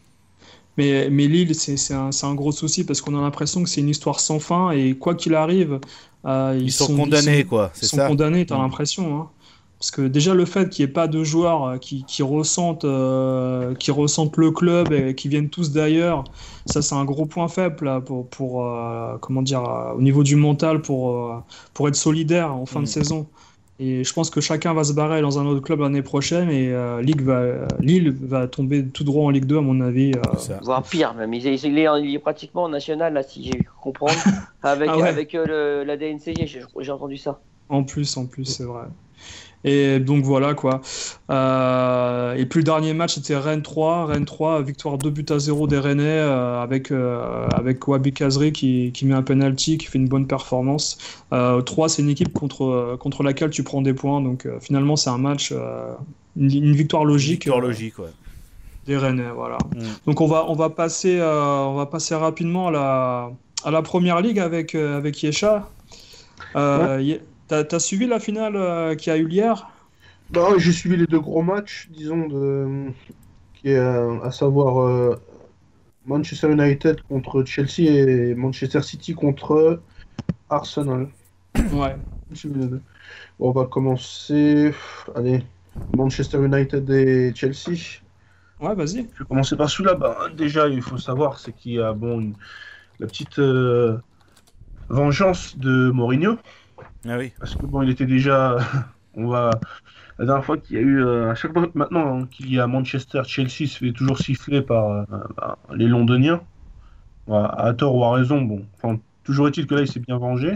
Mais, mais Lille, c'est c'est un, c'est un gros souci parce qu'on a l'impression que c'est une histoire sans fin et quoi qu'il arrive, euh, ils, Ils sont condamnés, ils sont- quoi, Ils c'est sont ça. condamnés, t'as Mm. l'impression. Hein. Parce que déjà le fait qu'il n'y ait pas de joueurs euh, qui, qui ressentent, euh, qui ressentent le club et qui viennent tous d'ailleurs, ça c'est un gros point faible là, pour, pour euh, comment dire, euh, au niveau du mental pour, euh, pour être solidaire en fin Mm. de saison. Et je pense que chacun va se barrer dans un autre club l'année prochaine et euh, Ligue va, euh, Lille va tomber tout droit en Ligue deux à mon avis. euh, C'est ça. Voire pire même. Il est, il est, il est pratiquement en national, là, si j'ai pu comprendre. Avec, Ah ouais. avec euh, le, la D N C G, j'ai, j'ai entendu ça. En plus, en plus, c'est vrai. Et donc voilà quoi. Euh, et puis le dernier match c'était Rennes trois. Rennes trois, victoire deux buts à zéro des Rennais euh, avec, euh, avec Wabi Kazri qui, qui met un penalty, qui fait une bonne performance. Euh, trois, c'est une équipe contre, contre laquelle tu prends des points. Donc euh, finalement, c'est un match, euh, une, une victoire logique. Victoire euh, logique, ouais. des Rennais, voilà. Mm. Donc on va, on va, passer, euh, on va passer rapidement à la, à la première ligue avec, euh, avec Yesha. Euh, Ye- T'as, t'as suivi la finale euh, qui a eu hier? Bah, ouais, j'ai suivi les deux gros matchs, disons, de... qui est, euh, à savoir euh, Manchester United contre Chelsea et Manchester City contre Arsenal. Ouais. J'ai suivi les deux. Bon, on va commencer. Allez, Manchester United et Chelsea. Ouais, vas-y. Je vais commencer par celui-là. Bah, déjà, il faut savoir, c'est qu'il y a bon, une- la petite euh, vengeance de Mourinho. Ah oui. Parce que bon, il était déjà. On va. La dernière fois qu'il y a eu. euh, à chaque fois maintenant hein, qu'il y a Manchester, Chelsea se fait toujours siffler par euh, bah, les Londoniens. Ouais, à tort ou à raison, bon. Enfin, toujours est-il que là, il s'est bien vengé.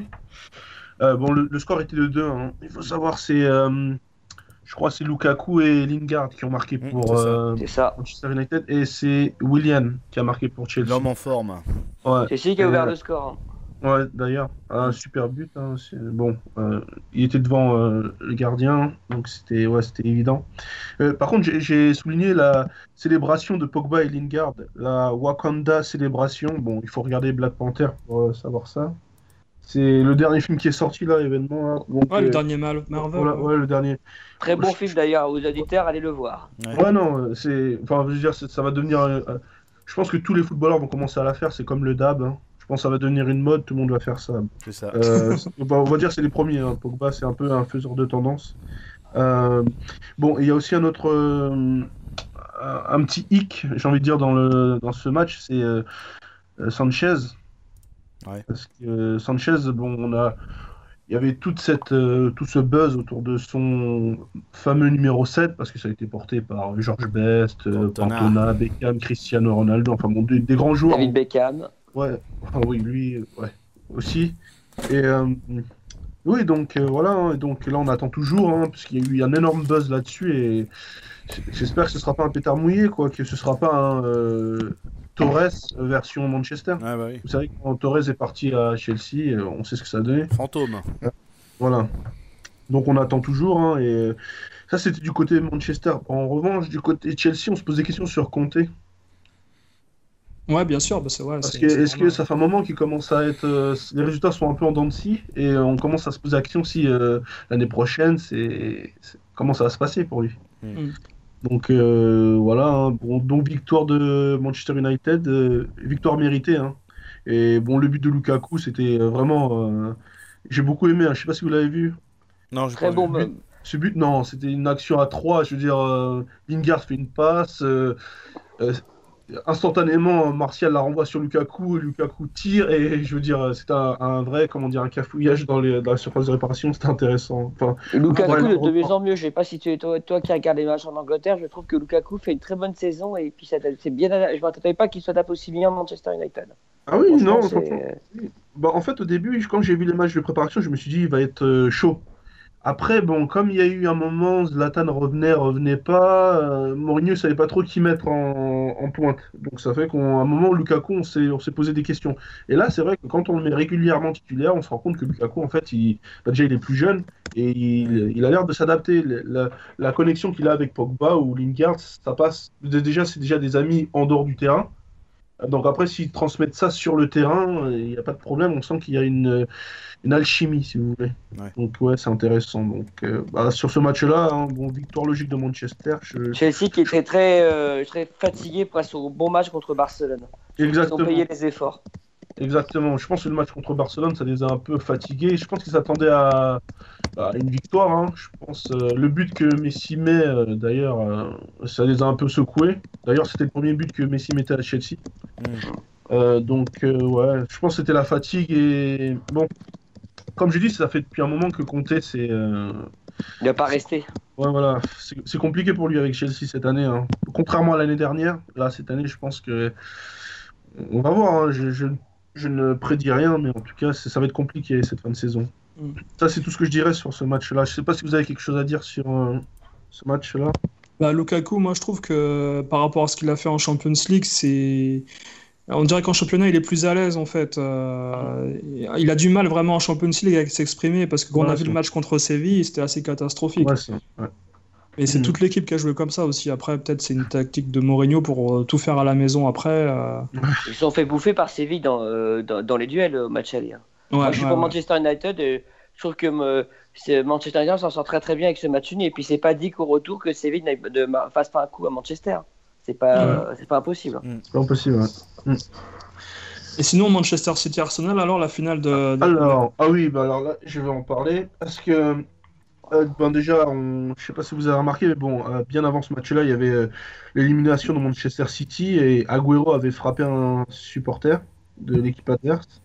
Euh, bon, le, le score était de deux. Hein. Il faut savoir, c'est. euh, je crois que c'est Lukaku et Lingard qui ont marqué Mmh, pour c'est ça. euh, C'est ça. Manchester United. Et c'est Willian qui a marqué pour Chelsea. L'homme en forme. Ouais. C'est celui qui a ouvert Euh, le score. hein. Ouais, d'ailleurs, un super but. Hein, c'est- bon, euh, il était devant euh, le gardien, donc c'était ouais, c'était évident. Euh, par contre, j'ai- j'ai souligné la célébration de Pogba et Lingard, la Wakanda célébration. Bon, il faut regarder Black Panther pour euh, savoir ça. C'est le dernier film qui est sorti là, événement. Là. Donc, Ouais, le euh, dernier Mal- Marvel. voilà, ouais. ouais, le dernier. Très bon film d'ailleurs, aux auditeurs, allez le voir. Ouais. Ouais, non, euh, c'est. Enfin, je veux dire, c'est- ça va devenir. euh, euh, je pense que tous les footballeurs vont commencer à la faire. C'est comme le dab. Hein. Je pense que ça va devenir une mode. Tout le monde va faire ça. C'est ça. Euh, bah, on va dire que c'est les premiers. Hein. Pogba, c'est un peu un faiseur de tendance. Euh, bon, il y a aussi un autre, euh, un un petit hic, j'ai envie de dire, dans le dans ce match, c'est euh, euh, Sanchez. Ouais. Parce que euh, Sanchez, bon, on a, il y avait toute cette, euh, tout ce buzz autour de son fameux numéro sept, parce que ça a été porté par George Best, euh, Cantona. Cantona, Beckham, Cristiano Ronaldo, enfin bon, des, des grands joueurs. David Beckham. Ouais, enfin oui, lui, euh, ouais, aussi. Et euh, oui, donc euh, voilà, hein, et donc là on attend toujours, hein, parce qu'il y a eu un énorme buzz là-dessus, et j'espère que ce sera pas un pétard mouillé, quoi, que ce sera pas un euh, Torres version Manchester. Ouais, bah oui. Vous savez, quand Torres est parti à Chelsea, euh, on sait ce que ça a donné. Fantôme. Voilà. Donc on attend toujours, hein, et euh, ça c'était du côté Manchester. En revanche, du côté Chelsea, on se pose des questions sur Conte. Ouais, bien sûr, bah c'est ouais, Parce c'est- que c'est est-ce que normal. ça fait un moment qu'il commence à être. euh, les résultats sont un peu en dents de scie et euh, on commence à se poser la question si euh, l'année prochaine, c'est c'est- comment ça va se passer pour lui. Mm. Donc euh, voilà, hein. Bon, donc victoire de Manchester United, euh, victoire méritée. Hein. Et bon, le but de Lukaku, c'était euh, vraiment. euh, j'ai beaucoup aimé, hein. Je sais pas si vous l'avez vu. Non, je Très bon. but. Ce but, non, c'était une action à trois. Je veux dire, euh, Lingard fait une passe. euh, euh, Instantanément, Martial la renvoie sur Lukaku, Lukaku tire, et je veux dire, c'est un, un vrai, comment dire, un cafouillage dans, les, dans la surface de réparation, c'était intéressant. Enfin, Lukaku ouais, de, de mieux en mieux. Je sais pas si tu es toi, toi qui regardes les matchs en Angleterre, je trouve que Lukaku fait une très bonne saison et puis ça, c'est bien. Je ne m'attendais pas qu'il soit tapé aussi bien en Manchester United. ah oui, Franchement, non, c'est- franchement. Bah, en fait, au début, quand j'ai vu les matchs de préparation, je me suis dit, il va être euh, chaud. Après, bon, comme il y a eu un moment, Zlatan revenait, revenait pas, euh, Mourinho ne savait pas trop qui mettre en, en pointe. Donc ça fait qu'à un moment, Lukaku, on s'est, on s'est posé des questions. Et là, c'est vrai que quand on le met régulièrement titulaire, on se rend compte que Lukaku, en fait, il, bah, déjà, il est plus jeune et il, il a l'air de s'adapter. La, la connexion qu'il a avec Pogba ou Lingard, ça passe. Déjà, c'est déjà des amis en dehors du terrain. Donc après, s'ils transmettent ça sur le terrain, il n'y a pas de problème. On sent qu'il y a une, une alchimie, si vous voulez. Ouais. Donc ouais, c'est intéressant. Donc euh, bah, sur ce match-là, hein, bon, victoire logique de Manchester. Je... Chelsea qui est très très euh, très fatigué face au bon match contre Barcelone. Exactement. Ils ont payé les efforts. Exactement. Je pense que le match contre Barcelone, ça les a un peu fatigués. Je pense qu'ils s'attendaient à, à une victoire. Hein. Je pense euh, le but que Messi met, euh, d'ailleurs, euh, ça les a un peu secoués. D'ailleurs, c'était le premier but que Messi mettait à Chelsea. Mm. Euh, donc euh, ouais, je pense que c'était la fatigue et bon, comme je dis, ça fait depuis un moment que Conte, c'est. Euh... Il va pas rester. Ouais, voilà, c'est, c'est compliqué pour lui avec Chelsea cette année. Hein. Contrairement à l'année dernière, là cette année, je pense que on va voir. Hein. Je, je, je ne prédis rien, mais en tout cas, ça va être compliqué cette fin de saison. Mm. Ça, c'est tout ce que je dirais sur ce match-là. Je sais pas si vous avez quelque chose à dire sur euh, ce match-là. Bah, Lukaku, moi, je trouve que par rapport à ce qu'il a fait en Champions League, c'est on dirait qu'en championnat, il est plus à l'aise, en fait. Euh, il a du mal vraiment en Champions League à s'exprimer, parce que quand ouais, on a vu le match contre Séville, c'était assez catastrophique. Ouais, c'est... Ouais. Et c'est mmh. toute l'équipe qui a joué comme ça aussi. Après, peut-être c'est une tactique de Mourinho pour tout faire à la maison après. Euh... Ils se sont fait bouffer par Séville dans, euh, dans, dans les duels au match aller. Hein. Ouais, Moi, je suis ouais, pour ouais. Manchester United et je trouve que me, c'est, Manchester United s'en sort très très bien avec ce match uni. Et puis, c'est pas dit qu'au retour que Séville ne fasse pas un coup à Manchester. C'est pas, mmh. c'est pas impossible. Mmh. C'est pas impossible, ouais. Mmh. Et sinon, Manchester City Arsenal, alors la finale de. de... Alors, ah oui, bah alors là, je vais en parler. Parce que, euh, ben déjà, on... je sais pas si vous avez remarqué, mais bon, euh, bien avant ce match-là, il y avait euh, l'élimination de Manchester City et Agüero avait frappé un supporter de l'équipe adverse.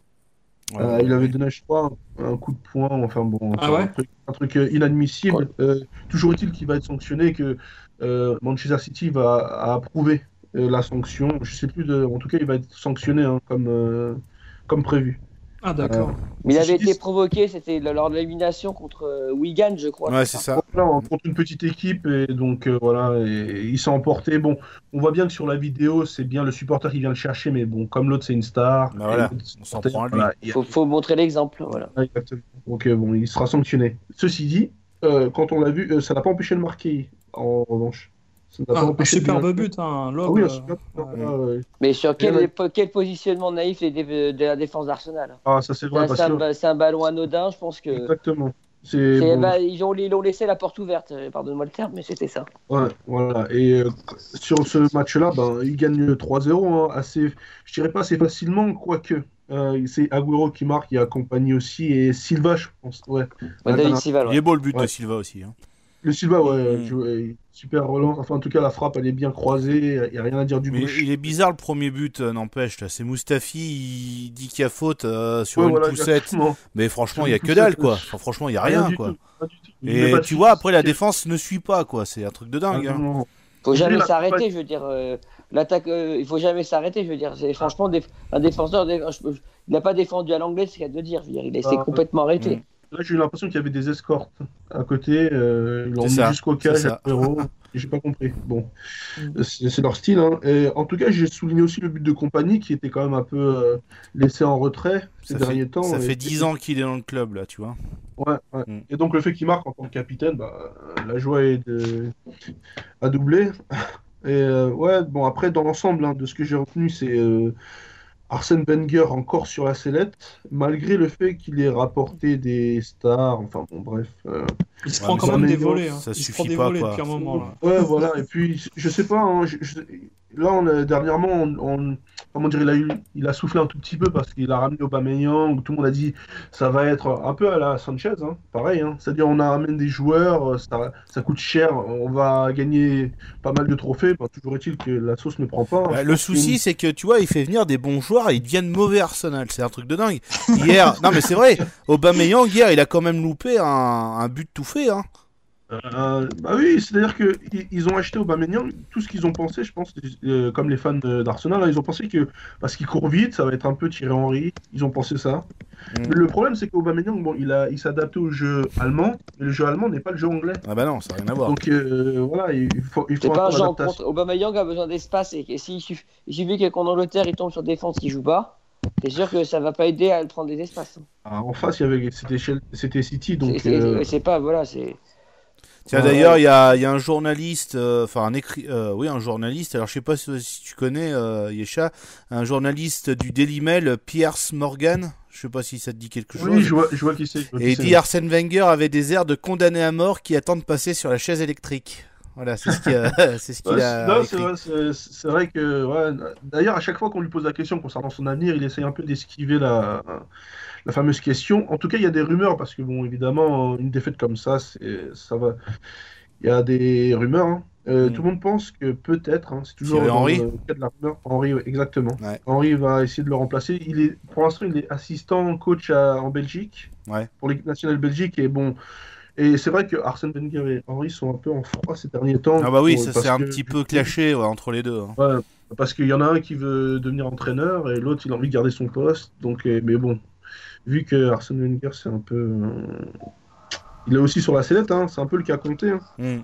Ouais, euh, ouais, il avait donné, je crois, un, un coup de poing, enfin bon, ah ouais un truc, un truc euh, inadmissible. Ouais. Euh, toujours est-il qu'il va être sanctionné, que euh, Manchester City va approuver euh, la sanction. Je sais plus, de... en tout cas, il va être sanctionné hein, comme, euh, comme prévu. Ah d'accord. Euh, Mais il avait été dis... provoqué, c'était lors de l'élimination contre euh, Wigan, je crois. Ouais, c'est ça. Voilà, contre une petite équipe, et donc euh, voilà, et il s'est emporté. Bon, on voit bien que sur la vidéo, c'est bien le supporter qui vient le chercher, mais bon, comme l'autre, c'est une star. Bah voilà, on s'en prend à lui. Voilà, il faut, faut montrer l'exemple, voilà. Exactement. Donc euh, bon, il sera sanctionné. Ceci dit, euh, quand on l'a vu, euh, ça n'a pas empêché de marquer, en revanche. Ah, un superbe but, hein, ah oui, un super... euh... ouais. Ouais. Mais sur quel, ouais. quel positionnement naïf de, de la défense d'Arsenal. Ah, ça c'est vrai. C'est, un, que... c'est un ballon anodin, je pense que. Exactement. C'est... C'est, bon... bah, ils, ont, ils ont laissé la porte ouverte, pardonne-moi le terme, mais c'était ça. Ouais, voilà. Et euh, sur ce match-là, ben, ils gagnent trois zéro, hein, assez, je dirais pas assez facilement, quoique. Euh, c'est Agüero qui marque, il accompagne aussi, et Silva, je pense. Ouais. Ouais, David Silva, ouais. Il est beau le but ouais. de Silva aussi. Hein. Le Silva, ouais, mmh. je, super relance. Enfin, en tout cas, la frappe, elle est bien croisée. Il n'y a rien à dire du gauche. Il est bizarre le premier but, euh, n'empêche. Là. C'est Mustafi, il dit qu'il y a faute euh, sur ouais, une voilà, poussette. Exactement. Mais franchement, il n'y a que dalle, quoi. Enfin, franchement, il n'y a rien, rien quoi. Tout, Et tu vois, après, la défense ne suit pas, quoi. C'est un truc de dingue. Il ne hein. faut jamais la... s'arrêter, je veux dire. Euh, l'attaque, euh, il ne faut jamais s'arrêter, je veux dire. C'est, franchement, des, un défenseur, des, je, je, il n'a pas défendu à l'anglais, c'est ce qu'il y a de dire. Je veux dire, il s'est ah, complètement arrêté. Mmh. Là, j'ai eu l'impression qu'il y avait des escortes à côté. Euh, ils l'ont mis jusqu'au cage, apéro. J'ai pas compris. Bon, mm. c'est, c'est leur style. Hein. Et, en tout cas, j'ai souligné aussi le but de Compagnie qui était quand même un peu euh, laissé en retrait ces ça derniers fait, temps. Ça et, fait dix ans qu'il est dans le club, là, tu vois. Ouais, ouais. Mm. Et donc, le fait qu'il marque en tant que capitaine, bah, la joie est de... à doubler. Et euh, ouais, bon, après, dans l'ensemble, hein, de ce que j'ai retenu, c'est. Euh, Arsène Wenger encore sur la sellette, malgré le fait qu'il ait rapporté des stars, enfin bon bref. Euh, il se prend ouais, quand même des volets, hein. Ça il suffit se prend des pas, volets quoi. depuis un moment. Là. Ouais voilà, et puis je sais pas, hein, je, je, là on a, dernièrement, on, on, comment dire, il a, eu, il a soufflé un tout petit peu parce qu'il a ramené Aubameyang, tout le monde a dit ça va être un peu à la Sanchez, hein, pareil, hein, c'est-à-dire on amène des joueurs, ça, ça coûte cher, on va gagner pas mal de trophées, bah, toujours est-il que la sauce ne prend pas. Hein, bah, le souci, c'est que tu vois, il fait venir des bons joueurs et ils deviennent mauvais Arsenal, c'est un truc de dingue. Hier, non mais c'est vrai, Aubameyang hier, il a quand même loupé un, un but tout fait, hein. Euh, bah oui, c'est-à-dire que i- ils ont acheté Aubameyang, tout ce qu'ils ont pensé, je pense, euh, comme les fans de- d'Arsenal, hein, ils ont pensé que parce qu'il court vite, ça va être un peu Thierry Henry, ils ont pensé ça. Mm. Mais le problème, c'est qu'Aubameyang, bon, il a, il s'est adapté au jeu allemand, mais le jeu allemand n'est pas le jeu anglais. Ah bah non, ça n'a rien à voir. Donc euh, voilà, il faut, il C'est faut pas un un temps genre d'adaptation. contre Aubameyang a besoin d'espace et, et s'il suffit, il suffit qu'en Angleterre il tombe sur défense qui joue pas, c'est sûr que ça va pas aider à prendre des espaces. Ah, en face, il y avait, c'était, Chel- c'était City, C'est, donc c'est, euh, c'est pas voilà, c'est. Tiens, Ouais. d'ailleurs, il y a, il y a un journaliste, euh, enfin un écrit, euh, oui, un journaliste. Alors, je sais pas si, si tu connais, euh, Yesha, un journaliste du Daily Mail, Piers Morgan. Je sais pas si ça te dit quelque chose. oui, je vois, je vois qui c'est. je vois qui Et il c'est. dit Arsène Wenger avait des airs de condamné à mort qui attendent de passer sur la chaise électrique. Voilà, c'est ce qu'il a, c'est ce qu'il Ouais, a c'est- non, écrit. c'est vrai, c'est- c'est vrai que, ouais, d'ailleurs, à chaque fois qu'on lui pose la question concernant son avenir, il essaye un peu d'esquiver la, la fameuse question. En tout cas, il y a des rumeurs, parce que, bon, évidemment, une défaite comme ça, c'est, ça va. Il y a des rumeurs, hein. Euh, Mm. Tout le monde pense que peut-être, hein, c'est toujours Thierry dans Henry. le cas de la rumeur. Henry, ouais, exactement. Ouais. Henry va essayer de le remplacer. Il est, pour l'instant, il est assistant coach à- en Belgique, Ouais. pour l'équipe nationale Belgique, et bon. Et c'est vrai que Arsène Wenger et Henry sont un peu en froid ces derniers temps. Ah bah oui, pour- ça parce c'est un que- petit peu clashé ouais, entre les deux. hein. Ouais, parce qu'il y en a un qui veut devenir entraîneur et l'autre il a envie de garder son poste. Donc, euh, mais bon, vu que Arsène Wenger c'est un peu, euh, il est aussi sur la sellette, hein, c'est un peu le cas compté. Hein. Mm.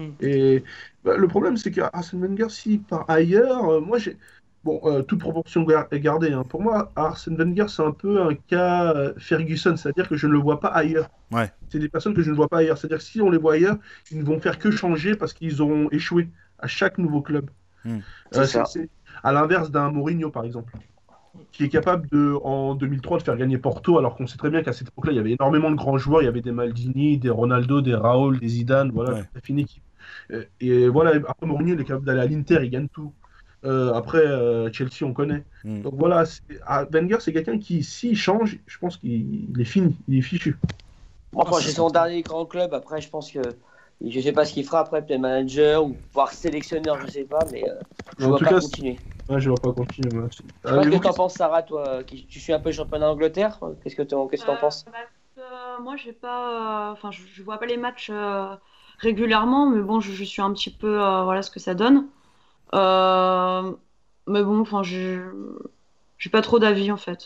Et bah, le problème c'est qu'Arsène Wenger s'il part ailleurs, euh, moi j'ai, bon, euh, toute proportion gar- est gardée. Hein. Pour moi, Arsène Wenger c'est un peu un cas euh, Ferguson, c'est-à-dire que je ne le vois pas ailleurs. Ouais. C'est des personnes que je ne vois pas ailleurs. C'est-à-dire que si on les voit ailleurs, ils ne vont faire que changer parce qu'ils auront échoué à chaque nouveau club. Mm. Euh, C'est ça. c'est- c'est à l'inverse d'un Mourinho, par exemple, qui est capable de, en deux mille trois de faire gagner Porto, alors qu'on sait très bien qu'à cette époque-là, il y avait énormément de grands joueurs. Il y avait des Maldini, des Ronaldo, des Raoul, des Zidane, voilà, Ouais. toute la fine équipe. Euh, Et voilà, après Mourinho, il est capable d'aller à l'Inter, il gagne tout. Euh, après, euh, Chelsea, on connaît. Mm. Donc voilà, c'est- ah, Wenger, c'est quelqu'un qui, s'il change, je pense qu'il il est fini, il est fichu. Enfin, c'est son dernier grand club. Après, je pense que je sais pas ce qu'il fera après, peut-être manager ou voire sélectionneur, je sais pas, mais euh, je En vois tout pas cas, continuer. Ouais, je ne vais pas continuer. moi. Je sais pas ce Euh, que vous- t'en penses, Sarah, toi, qui tu suis un peu le championnat d'Angleterre. Qu'est-ce que t'en, qu'est-ce que t'en Euh, penses? bah, euh, moi, j'ai pas, euh, enfin, je, je vois pas les matchs euh, régulièrement, mais bon, je, je suis un petit peu, euh, voilà ce que ça donne. Euh, mais bon, enfin, je, j'ai pas trop d'avis en fait.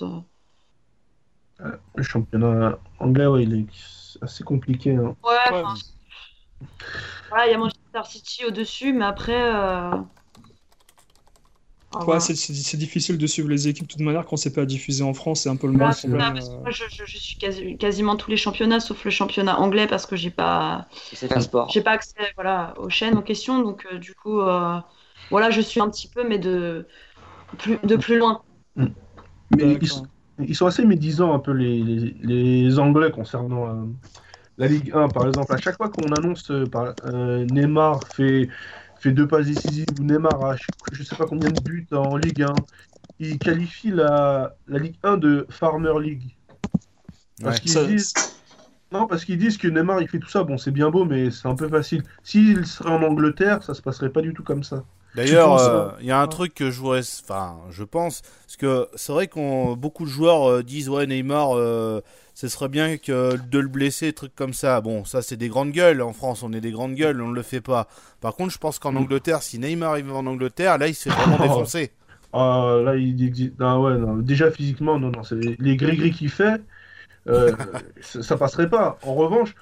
euh, le championnat anglais, ouais, il est assez compliqué. Hein. Ouais, Ouais. enfin, voilà, il y a Manchester City au-dessus, mais après, euh, ah, Ouais, voilà. c'est c'est- c'est difficile de suivre les équipes de toute manière quand c'est pas diffusé en France, c'est un peu le Voilà, même c'est problème. ça, parce que euh. moi, je, je- je suis quasi- quasiment tous les championnats, sauf le championnat anglais, parce que j'ai pas, C'est un sport. j'ai pas accès, voilà, aux chaînes en question, donc euh, du coup, euh, voilà, je suis un petit peu, mais de plus, de plus loin. Mais ils, D'accord. ils sont assez médisants, un peu, les, les, les Anglais concernant euh, la Ligue un, par exemple. À chaque fois qu'on annonce euh, par, euh, Neymar fait, fait deux passes décisives, ou Neymar a je ne sais pas combien de buts en Ligue un, ils qualifient la, la Ligue un de Farmer League. Parce Ouais. qu'ils Ça- disent... Non, parce qu'ils disent que Neymar il fait tout ça, bon c'est bien beau, mais c'est un peu facile. S'il serait en Angleterre, ça se passerait pas du tout comme ça. D'ailleurs, penses, euh, euh, il y a un truc que je voudrais, enfin, je pense, parce que c'est vrai qu'on beaucoup de joueurs euh, disent ouais Neymar, euh, ce serait bien que de le blesser, trucs comme ça. Bon, ça c'est des grandes gueules. En France, on est des grandes gueules, on ne le fait pas. Par contre, je pense qu'en Mm. Angleterre, si Neymar arrive en Angleterre, là, il se fait vraiment défoncer. Ah, là, il dit, ah ouais, non, déjà physiquement, non, non, c'est les, les gris-gris qu'il fait, euh, ça, ça passerait pas. En revanche,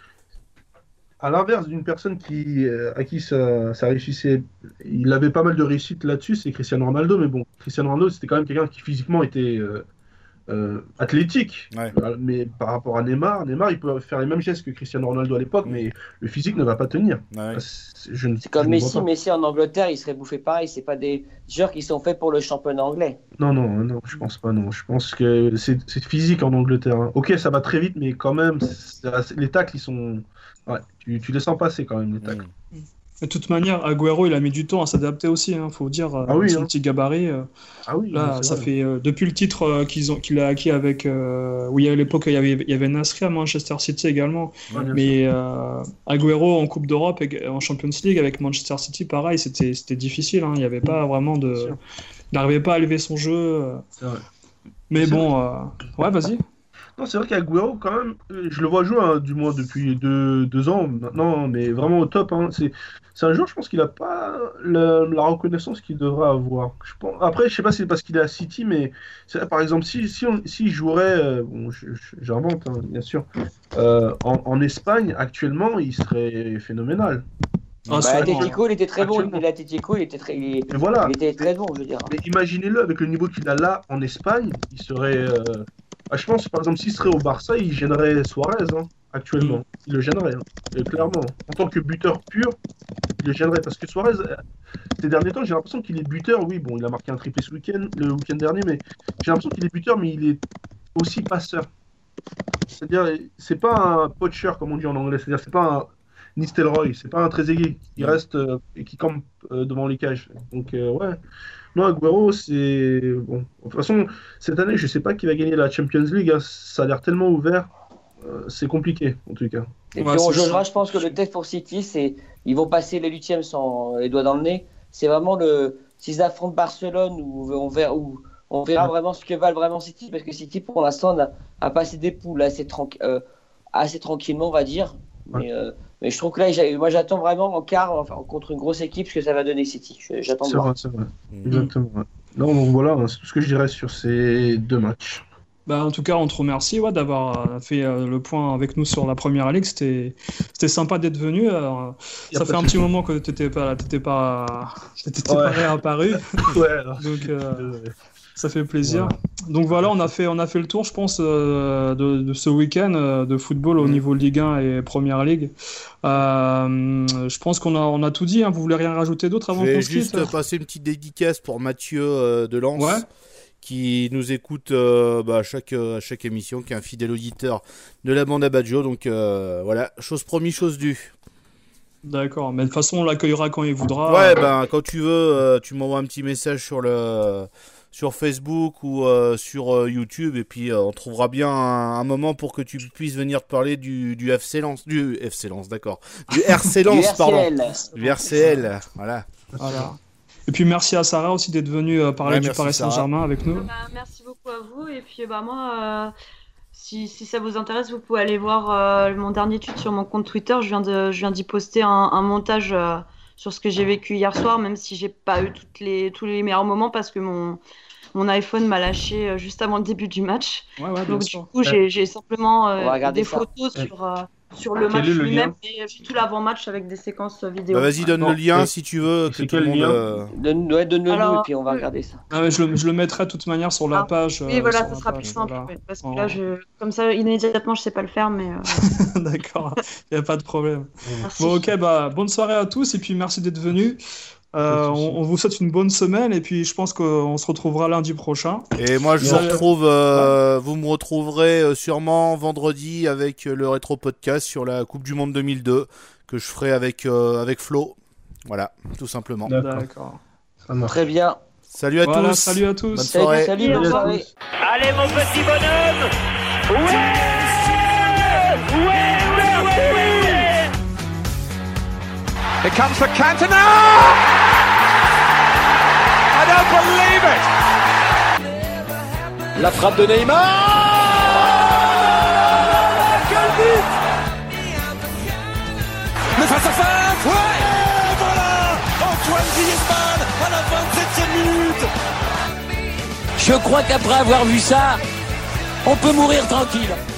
à l'inverse d'une personne qui, euh, à qui ça, ça réussissait, il avait pas mal de réussite là-dessus, c'est Cristiano Ronaldo, mais bon, Cristiano Ronaldo, c'était quand même quelqu'un qui physiquement était euh, euh, athlétique. Ouais. Euh, Mais par rapport à Neymar, Neymar, il peut faire les mêmes gestes que Cristiano Ronaldo à l'époque, mais le physique ne va pas tenir. Ouais. C'est je ne- C'est comme je ne vois Messi, pas. Messi en Angleterre, il serait bouffé pareil. C'est pas des joueurs qui sont faits pour le championnat anglais. Non, non, non, je pense pas, non. Je pense que c'est c'est physique en Angleterre. Hein. Ok, ça va très vite, mais quand même, c'est assez- les tacles, ils sont. Ouais, tu, tu les sens passer quand même, les tacles. Mm. De toute manière, Agüero, il a mis du temps à s'adapter aussi, hein, faut dire, euh, Ah oui, son hein. petit gabarit. euh, Ah oui, Là, c'est ça vrai. fait euh, depuis le titre euh, qu'ils ont qu'il a acquis avec euh, oui à l'époque il y avait il y avait Nasri à Manchester City également, Ouais, bien sûr. mais euh, Agüero en Coupe d'Europe et en Champions League avec Manchester City pareil c'était c'était difficile, hein, il n'y avait pas vraiment de sûr. il n'arrivait pas à élever son jeu, euh, C'est vrai. mais C'est bon euh, ouais vas-y. Non, c'est vrai qu'Aguero, quand même, je le vois jouer, hein, du moins depuis deux, deux ans maintenant, mais vraiment au top. Hein. C'est, c'est un joueur, je pense qu'il n'a pas la, la reconnaissance qu'il devrait avoir. Je pense, après, je sais pas si c'est parce qu'il est à City, mais c'est vrai, par exemple, si, si on, s'il jouerait, euh, bon, je- je- j'invente, hein, bien sûr, euh, en, en Espagne, actuellement, il serait phénoménal. Ah, Bah, c'est vrai. Atletico, il était très bon. Actuellement. L'Atletico, il était très, il, Et voilà. il était très bon, je veux dire. Mais imaginez-le, avec le niveau qu'il a là en Espagne, il serait. euh, ah, je pense, par exemple, s'il serait au Barça, il gênerait Suarez, hein, actuellement. Mm. Il le gênerait, hein, et clairement. En tant que buteur pur, il le gênerait. Parce que Suarez, euh, ces derniers temps, j'ai l'impression qu'il est buteur. Oui, bon, il a marqué un triplé ce week-end, le week-end dernier, mais j'ai l'impression qu'il est buteur, mais il est aussi passeur. C'est-à-dire, c'est pas un poacher, comme on dit en anglais. C'est-à-dire, c'est pas un Nistelrooy, c'est pas un Trezeguet qui reste euh, et qui campe euh, devant les cages. Donc, euh, ouais. Non, Agüero, c'est. Bon. De toute façon, cette année, je sais pas qui va gagner la Champions League. Hein. Ça a l'air tellement ouvert. Euh, c'est compliqué, en tout cas. Et Ouais, puis on c'est jugera, ça. je pense que le test pour City, c'est ils vont passer les huitièmes sans les doigts dans le nez. C'est vraiment le s'ils affrontent Barcelone où on verra où on verra vraiment ce que valent vraiment City, parce que City pour l'instant a, a passé des poules assez, tranqu- euh, assez tranquillement, on va dire. Mais, euh, mais je trouve que là, j'ai- moi j'attends vraiment en quart, enfin contre une grosse équipe, ce que ça va donner City. Je- J'attends de C'est voir. vrai, c'est vrai. Mm. Exactement. Ouais. Non, donc voilà, hein, c'est tout ce que je dirais sur ces deux matchs. Bah, en tout cas, on te remercie ouais, d'avoir euh, fait euh, le point avec nous sur la première ligue. C'était, c'était sympa d'être venu. Alors, Y a ça pas fait un de petit souci. moment que tu n'étais pas, t'étais pas, t'étais Ouais. pas réapparu. Ouais, alors, Donc, je suis euh, désolé. Ça fait plaisir. Voilà. Donc voilà, on a fait, on a fait le tour, je pense, euh, de, de ce week-end euh, de football au Mm. niveau Ligue un et Première Ligue. Euh, je pense qu'on a, on a tout dit. Hein. Vous voulez rien rajouter d'autre avant Je vais qu'on se quitte? juste passer une petite dédicace pour Mathieu euh, de Lens, Ouais. qui nous écoute euh, bah, à, chaque, euh, à chaque émission, qui est un fidèle auditeur de la bande à Baggio. Donc euh, voilà, chose promis, chose due. D'accord, mais de toute façon, on l'accueillera quand il voudra. Ouais, ben quand tu veux, euh, tu m'envoies un petit message sur le sur Facebook ou euh, sur euh, YouTube, et puis euh, on trouvera bien un, un moment pour que tu puisses venir te parler du, du F C Lens, du F C Lens, d'accord, du R C Du Lens, pardon, R C L. du R C L, voilà. Voilà. Et puis merci à Sarah aussi d'être venue euh, parler Ouais, du merci, Paris Sarah. Saint-Germain avec nous. Bah, merci beaucoup à vous. Et puis bah, moi, euh, si, si ça vous intéresse, vous pouvez aller voir euh, mon dernier tweet sur mon compte Twitter. Je viens de, je viens d'y poster un, un montage euh, sur ce que j'ai vécu hier soir, même si j'ai pas eu toutes les, tous les meilleurs moments parce que mon, mon iPhone m'a lâché euh, juste avant le début du match. Ouais, ouais, bien Donc du sûr. coup, j'ai, j'ai simplement euh, On va regarder des ça. photos sur, euh, sur le Quel match est le lui-même lien et j'ai tout l'avant-match avec des séquences vidéo. Bah vas-y, donne Non, le lien mais- si tu veux, que c'est tout le quel monde. lien euh, Donne, ouais, donne-le nous Alors, et puis on va euh, regarder ça. Ah ouais, je, le, je le mettrai de toute manière sur la Ah, page. Oui, euh, voilà, sur ça la sera page, plus simple. voilà. ouais, parce que Oh. là, je, comme ça, immédiatement, je sais pas le faire, mais euh, D'accord, il n'y a pas de problème. merci. Bon, ok, bah, bonne soirée à tous et puis merci d'être venus. Euh, Pas de souci. on, on vous souhaite une bonne semaine et puis je pense qu'on se retrouvera lundi prochain. Et moi, je Bien vous sûr. retrouve, euh, vous me retrouverez euh, sûrement vendredi avec euh, le rétro podcast sur la Coupe du Monde deux mille deux que je ferai avec avec, avec Flo. Voilà, tout simplement. D'accord. D'accord. Ça marche. Très bien. Salut à Voilà, tous. salut à tous. Bonne Salut, soirée. salut, Salut, bonne au revoir. soirée. Allez mon petit bonhomme. Ouais, ouais, ouais, ouais, ouais. Here comes the Cantona. I don't believe it. La frappe de Neymar. Quel but. Le face à face. Ouais. Et voilà. Antoine Griezmann à la vingt-septième minute. Je crois qu'après avoir vu ça, on peut mourir tranquille.